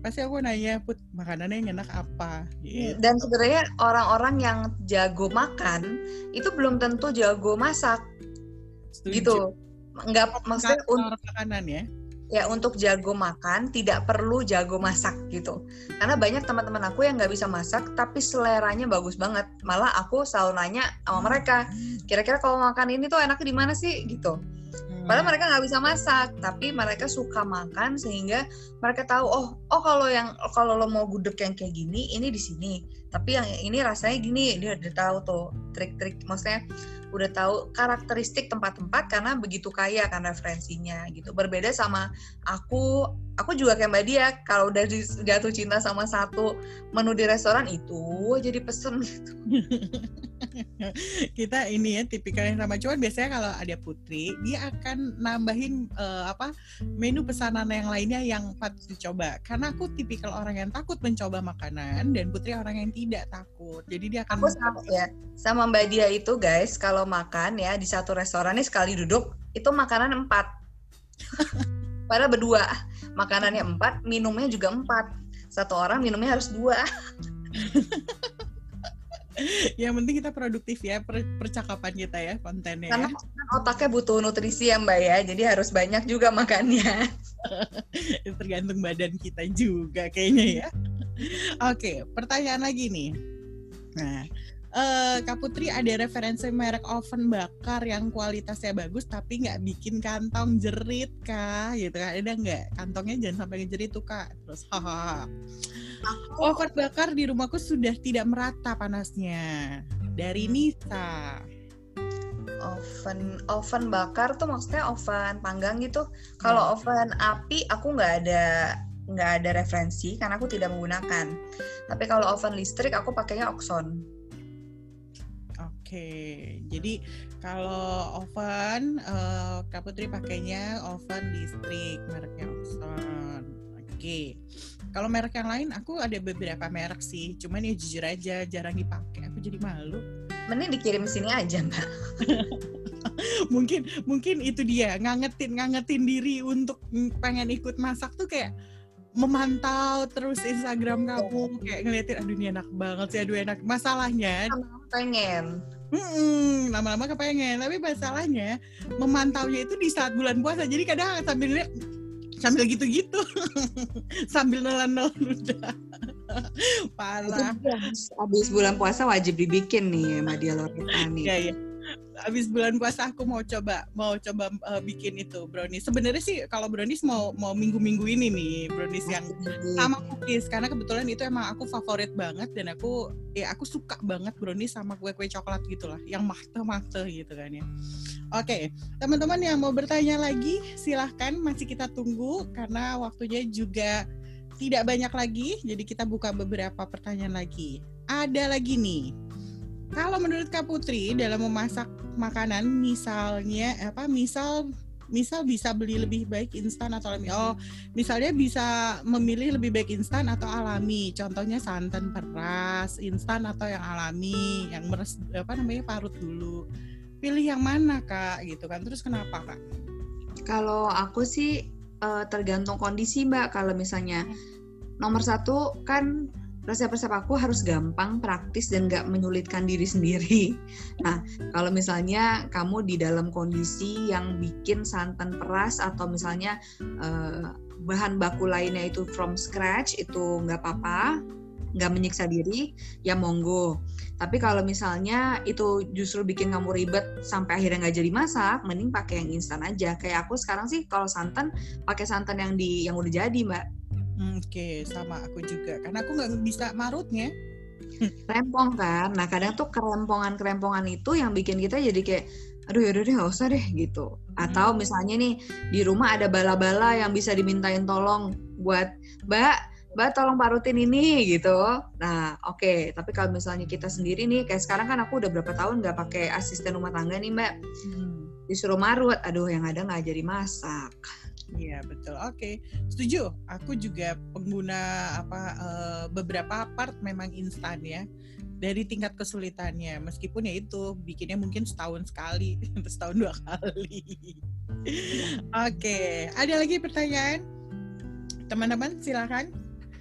pasti aku nanya, Put, makanannya yang enak apa? Gitu.
Dan sebenarnya orang-orang yang jago makan itu belum tentu jago masak.
Setuju.
Gitu. Enggak, maksudnya
untuk makanan ya.
Ya untuk jago makan tidak perlu jago masak gitu. Karena banyak teman-teman aku yang nggak bisa masak tapi seleranya bagus banget. Malah aku selalu nanya sama mereka, kira-kira kalau makan ini tuh enaknya di mana sih gitu. Padahal mereka nggak bisa masak, tapi mereka suka makan sehingga mereka tahu oh oh kalau yang kalau lo mau gudeg yang kayak gini ini di sini. Tapi yang ini rasanya gini, dia udah tahu tuh trik-trik, maksudnya udah tahu karakteristik tempat-tempat karena begitu kaya kan referensinya gitu. Berbeda sama aku, aku juga kayak Mbak Dia, kalau udah jatuh cinta sama satu menu di restoran itu jadi pesen gitu.
Kita ini ya tipikal yang sama, cuman biasanya kalau ada Putri dia akan nambahin uh, apa menu pesanan yang lainnya yang patut dicoba. Karena aku tipikal orang yang takut mencoba makanan dan Putri orang yang tidak takut. Jadi dia akan
aku sama ya sama Mbak Dia itu guys, kalau makan ya di satu restoran nih sekali duduk itu makanan empat. Padahal berdua makanannya empat, minumnya juga empat. Satu orang minumnya harus dua.
Yang penting kita produktif ya per- percakapan kita ya, kontennya.
Karena
ya.
kan otaknya butuh nutrisi ya Mbak ya, jadi harus banyak juga makannya.
Tergantung badan kita juga kayaknya ya. Oke, pertanyaan lagi nih. Nah, uh, Kak Putri ada referensi merek oven bakar yang kualitasnya bagus tapi nggak bikin kantong jerit Kak? Gitu kan? Ada nggak? Kantongnya jangan sampai ngejerit tuh Kak. Terus hahaha. Oven bakar di rumahku sudah tidak merata panasnya. Dari Nisa.
Oven oven bakar tuh maksudnya oven panggang gitu. Kalau oven api aku nggak ada nggak ada referensi karena aku tidak menggunakan. Tapi kalau oven listrik aku pakainya Oxon.
Oke, jadi kalau oven uh, Kak Putri pakainya oven listrik mereknya Oxon. Oke. Kalau merek yang lain aku ada beberapa merek sih, cuman ya jujur aja jarang dipakai. Aku jadi malu.
Mending dikirim sini aja Mbak.
mungkin mungkin itu dia ngangetin ngangetin diri untuk pengen ikut masak tuh kayak memantau terus Instagram kamu kayak ngeliatin aduh ini enak banget sih, aduh enak. Masalahnya
lama-lama pengen.
Hmm, lama-lama kepengen, tapi masalahnya memantaunya itu di saat bulan puasa. Jadi kadang sambil lihat sambil gitu-gitu sambil nelan-nelan udah parah.
Habis bulan puasa wajib dibikin nih Mbak Dia Lorita nih.
Iya, iya. Habis bulan puasa aku mau coba mau coba uh, bikin itu brownies. Sebenarnya sih kalau brownies mau mau minggu-minggu ini nih brownies yang sama cookies karena kebetulan itu emang aku favorit banget dan aku ya aku suka banget brownies sama kue-kue coklat gitulah yang mate-mate gitu kan ya. Oke, teman-teman yang mau bertanya lagi silahkan, masih kita tunggu karena waktunya juga tidak banyak lagi. Jadi kita buka beberapa pertanyaan lagi. Ada lagi nih. Kalau menurut Kak Putri dalam memasak makanan misalnya apa misal misal bisa beli lebih baik instan atau alami. Oh, misalnya bisa memilih lebih baik instan atau alami. Contohnya santan peras, instan atau yang alami, yang meres apa namanya parut dulu. Pilih yang mana Kak gitu kan. Terus kenapa Kak?
Kalau aku sih uh, tergantung kondisi Mbak. Kalau misalnya nomor satu kan resep-resep aku harus gampang, praktis, dan gak menyulitkan diri sendiri. Nah, kalau misalnya kamu di dalam kondisi yang bikin santan peras atau misalnya uh, bahan baku lainnya itu from scratch, itu gak apa-apa, gak menyiksa diri, ya monggo. Tapi kalau misalnya itu justru bikin kamu ribet sampai akhirnya gak jadi masak, mending pakai yang instan aja. Kayak aku sekarang sih kalau santan, pakai santan yang di yang udah jadi Mbak.
Oke, sama aku juga. Karena aku nggak bisa marutnya.
Rempong kan. Nah kadang tuh kerempongan-kerempongan itu yang bikin kita jadi kayak, aduh yaudah deh nggak usah deh gitu. Atau misalnya nih di rumah ada bala-bala yang bisa dimintain tolong buat Mbak, Mbak tolong parutin ini gitu. Nah oke. Okay. Tapi kalau misalnya kita sendiri nih, kayak sekarang kan aku udah berapa tahun nggak pakai asisten rumah tangga nih Mbak. Hmm. Disuruh marut, aduh yang ada nggak jadi masak.
Iya betul, oke, okay. Setuju. Aku juga pengguna apa uh, beberapa part memang instan ya. Dari tingkat kesulitannya, meskipun ya itu bikinnya mungkin setahun sekali, setahun dua kali. Oke, okay. Ada lagi pertanyaan? Teman-teman silakan.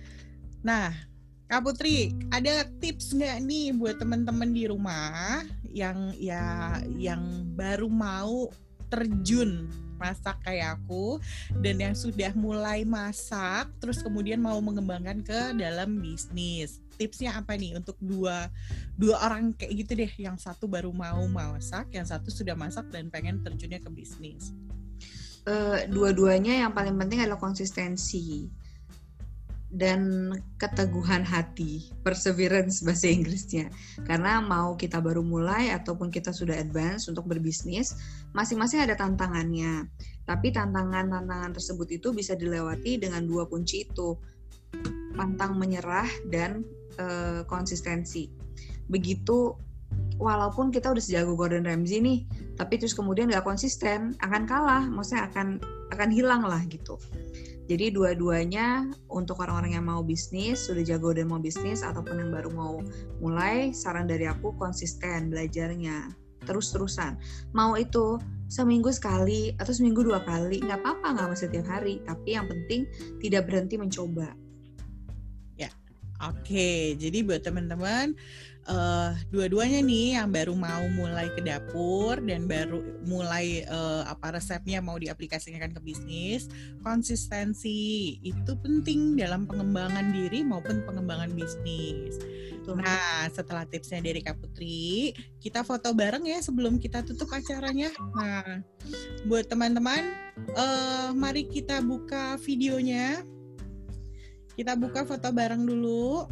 Nah, Kak Putri, ada tips nggak nih buat teman-teman di rumah yang ya yang baru mau terjun masak kayak aku dan yang sudah mulai masak terus kemudian mau mengembangkan ke dalam bisnis. Tipsnya apa nih untuk dua dua orang kayak gitu deh, yang satu baru mau masak, yang satu sudah masak dan pengen terjunnya ke bisnis.
Uh, dua-duanya yang paling penting adalah konsistensi dan keteguhan hati, perseverance bahasa Inggrisnya. Karena mau kita baru mulai ataupun kita sudah advance untuk berbisnis, masing-masing ada tantangannya. Tapi tantangan-tantangan tersebut itu bisa dilewati dengan dua kunci itu, pantang menyerah dan e, konsistensi. Begitu, walaupun kita udah sejago Gordon Ramsay nih, tapi terus kemudian nggak konsisten, akan kalah, maksudnya akan akan hilang lah gitu. Jadi dua-duanya untuk orang-orang yang mau bisnis, sudah jago dan mau bisnis, ataupun yang baru mau mulai, saran dari aku konsisten belajarnya, terus-terusan. Mau itu seminggu sekali atau seminggu dua kali, nggak apa-apa, nggak mesti tiap hari. Tapi yang penting tidak berhenti mencoba.
Ya, oke. Jadi buat teman-teman, Uh, dua-duanya nih yang baru mau mulai ke dapur dan baru mulai uh, apa resepnya mau diaplikasikan ke bisnis, konsistensi itu penting dalam pengembangan diri maupun pengembangan bisnis. Betul. Nah, setelah tipsnya dari Kak Putri, kita foto bareng ya sebelum kita tutup acaranya. Nah, buat teman-teman, uh, mari kita buka videonya. Kita buka foto bareng dulu.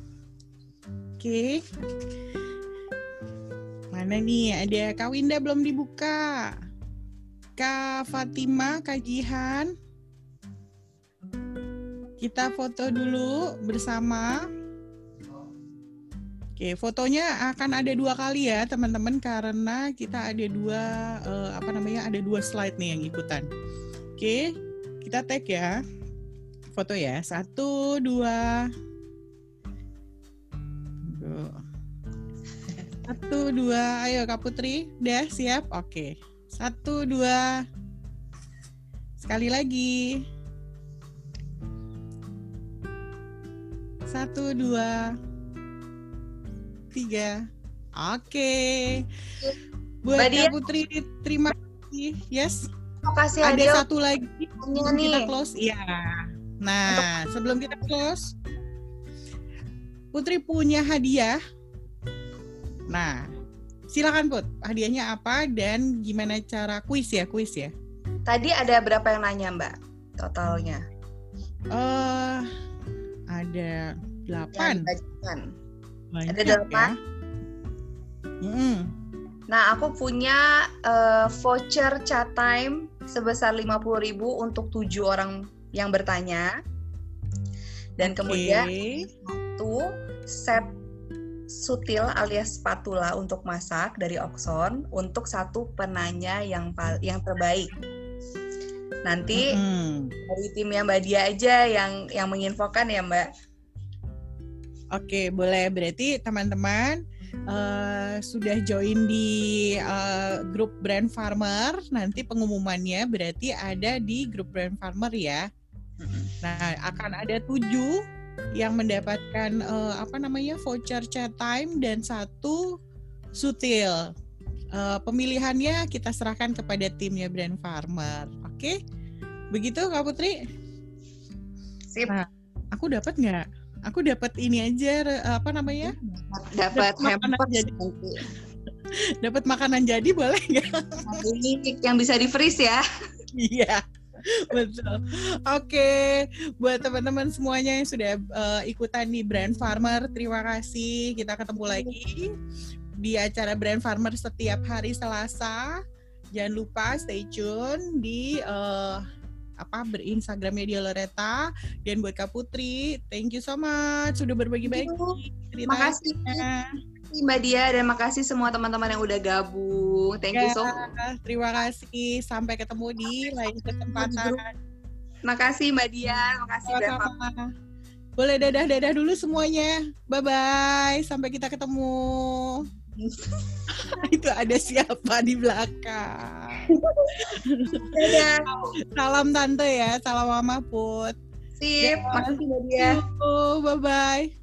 Oke, mana nih? Ada Kak Winda belum dibuka, Kak Fatima, Kak Jihan. Kita foto dulu bersama. Oke, fotonya akan ada dua kali ya teman-teman, karena kita ada dua uh, apa namanya? Ada dua slide nih yang ikutan. Oke, kita tag ya, foto ya, satu, dua. Satu, dua, ayo Kak Putri, udah siap? Oke, satu, dua, sekali lagi, satu, dua, tiga, oke. Buat Kak Putri, terima kasih. Yes,
makasih.
Ada
Adil.
Satu lagi sebelum kita close, ya. Nah, sebelum kita close, Putri punya hadiah. Nah, silakan Put, hadiahnya apa dan gimana cara kuis ya, kuis ya?
Tadi ada berapa yang nanya Mbak totalnya?
Eh, uh, ada delapan.
Ada delapan.
Ya? Mm-hmm.
Nah, aku punya uh, voucher chat time sebesar lima puluh ribu untuk tujuh orang yang bertanya. Dan okay. Kemudian satu set sutil alias spatula untuk masak dari Oxon untuk satu penanya yang yang terbaik. Nanti mm-hmm. dari timnya Mbak Dia aja yang yang menginfokan ya Mbak.
Oke, boleh. Berarti teman-teman uh, sudah join di uh, grup Brand Farmer. Nanti pengumumannya berarti ada di grup Brand Farmer ya. Nah, akan ada tujuh yang mendapatkan uh, apa namanya voucher chat time dan satu sutil. Uh, pemilihannya kita serahkan kepada timnya Brand Farmer. Oke, begitu Kak Putri.
Sip.
Nah, aku dapat nggak? Aku dapat ini aja apa namanya?
Dapat makanan jadi.
Dapat makanan jadi boleh nggak?
Ini yang bisa di freeze ya?
Iya. Betul. Oke, buat teman-teman semuanya yang sudah uh, ikutan di Brand Farmer, terima kasih. Kita ketemu lagi di acara Brand Farmer setiap hari Selasa. Jangan lupa stay tune di uh, apa berinstagramnya dia Loretta. Dan buat Kak Putri, thank you so much sudah berbagi-bagi ceritanya.
Terima kasih Mbak Dia dan makasih semua teman-teman yang udah gabung. Thank ya, you so much.
Terima kasih. Sampai ketemu di lain kesempatan.
Makasih Mbak Dia. Makasih Mbak.
Boleh dadah-dadah dulu semuanya. Bye-bye. Sampai kita ketemu. Itu ada siapa di belakang. Salam tante ya. Salam Mama Put.
Sip, makasih Mbak Dia.
Bye bye.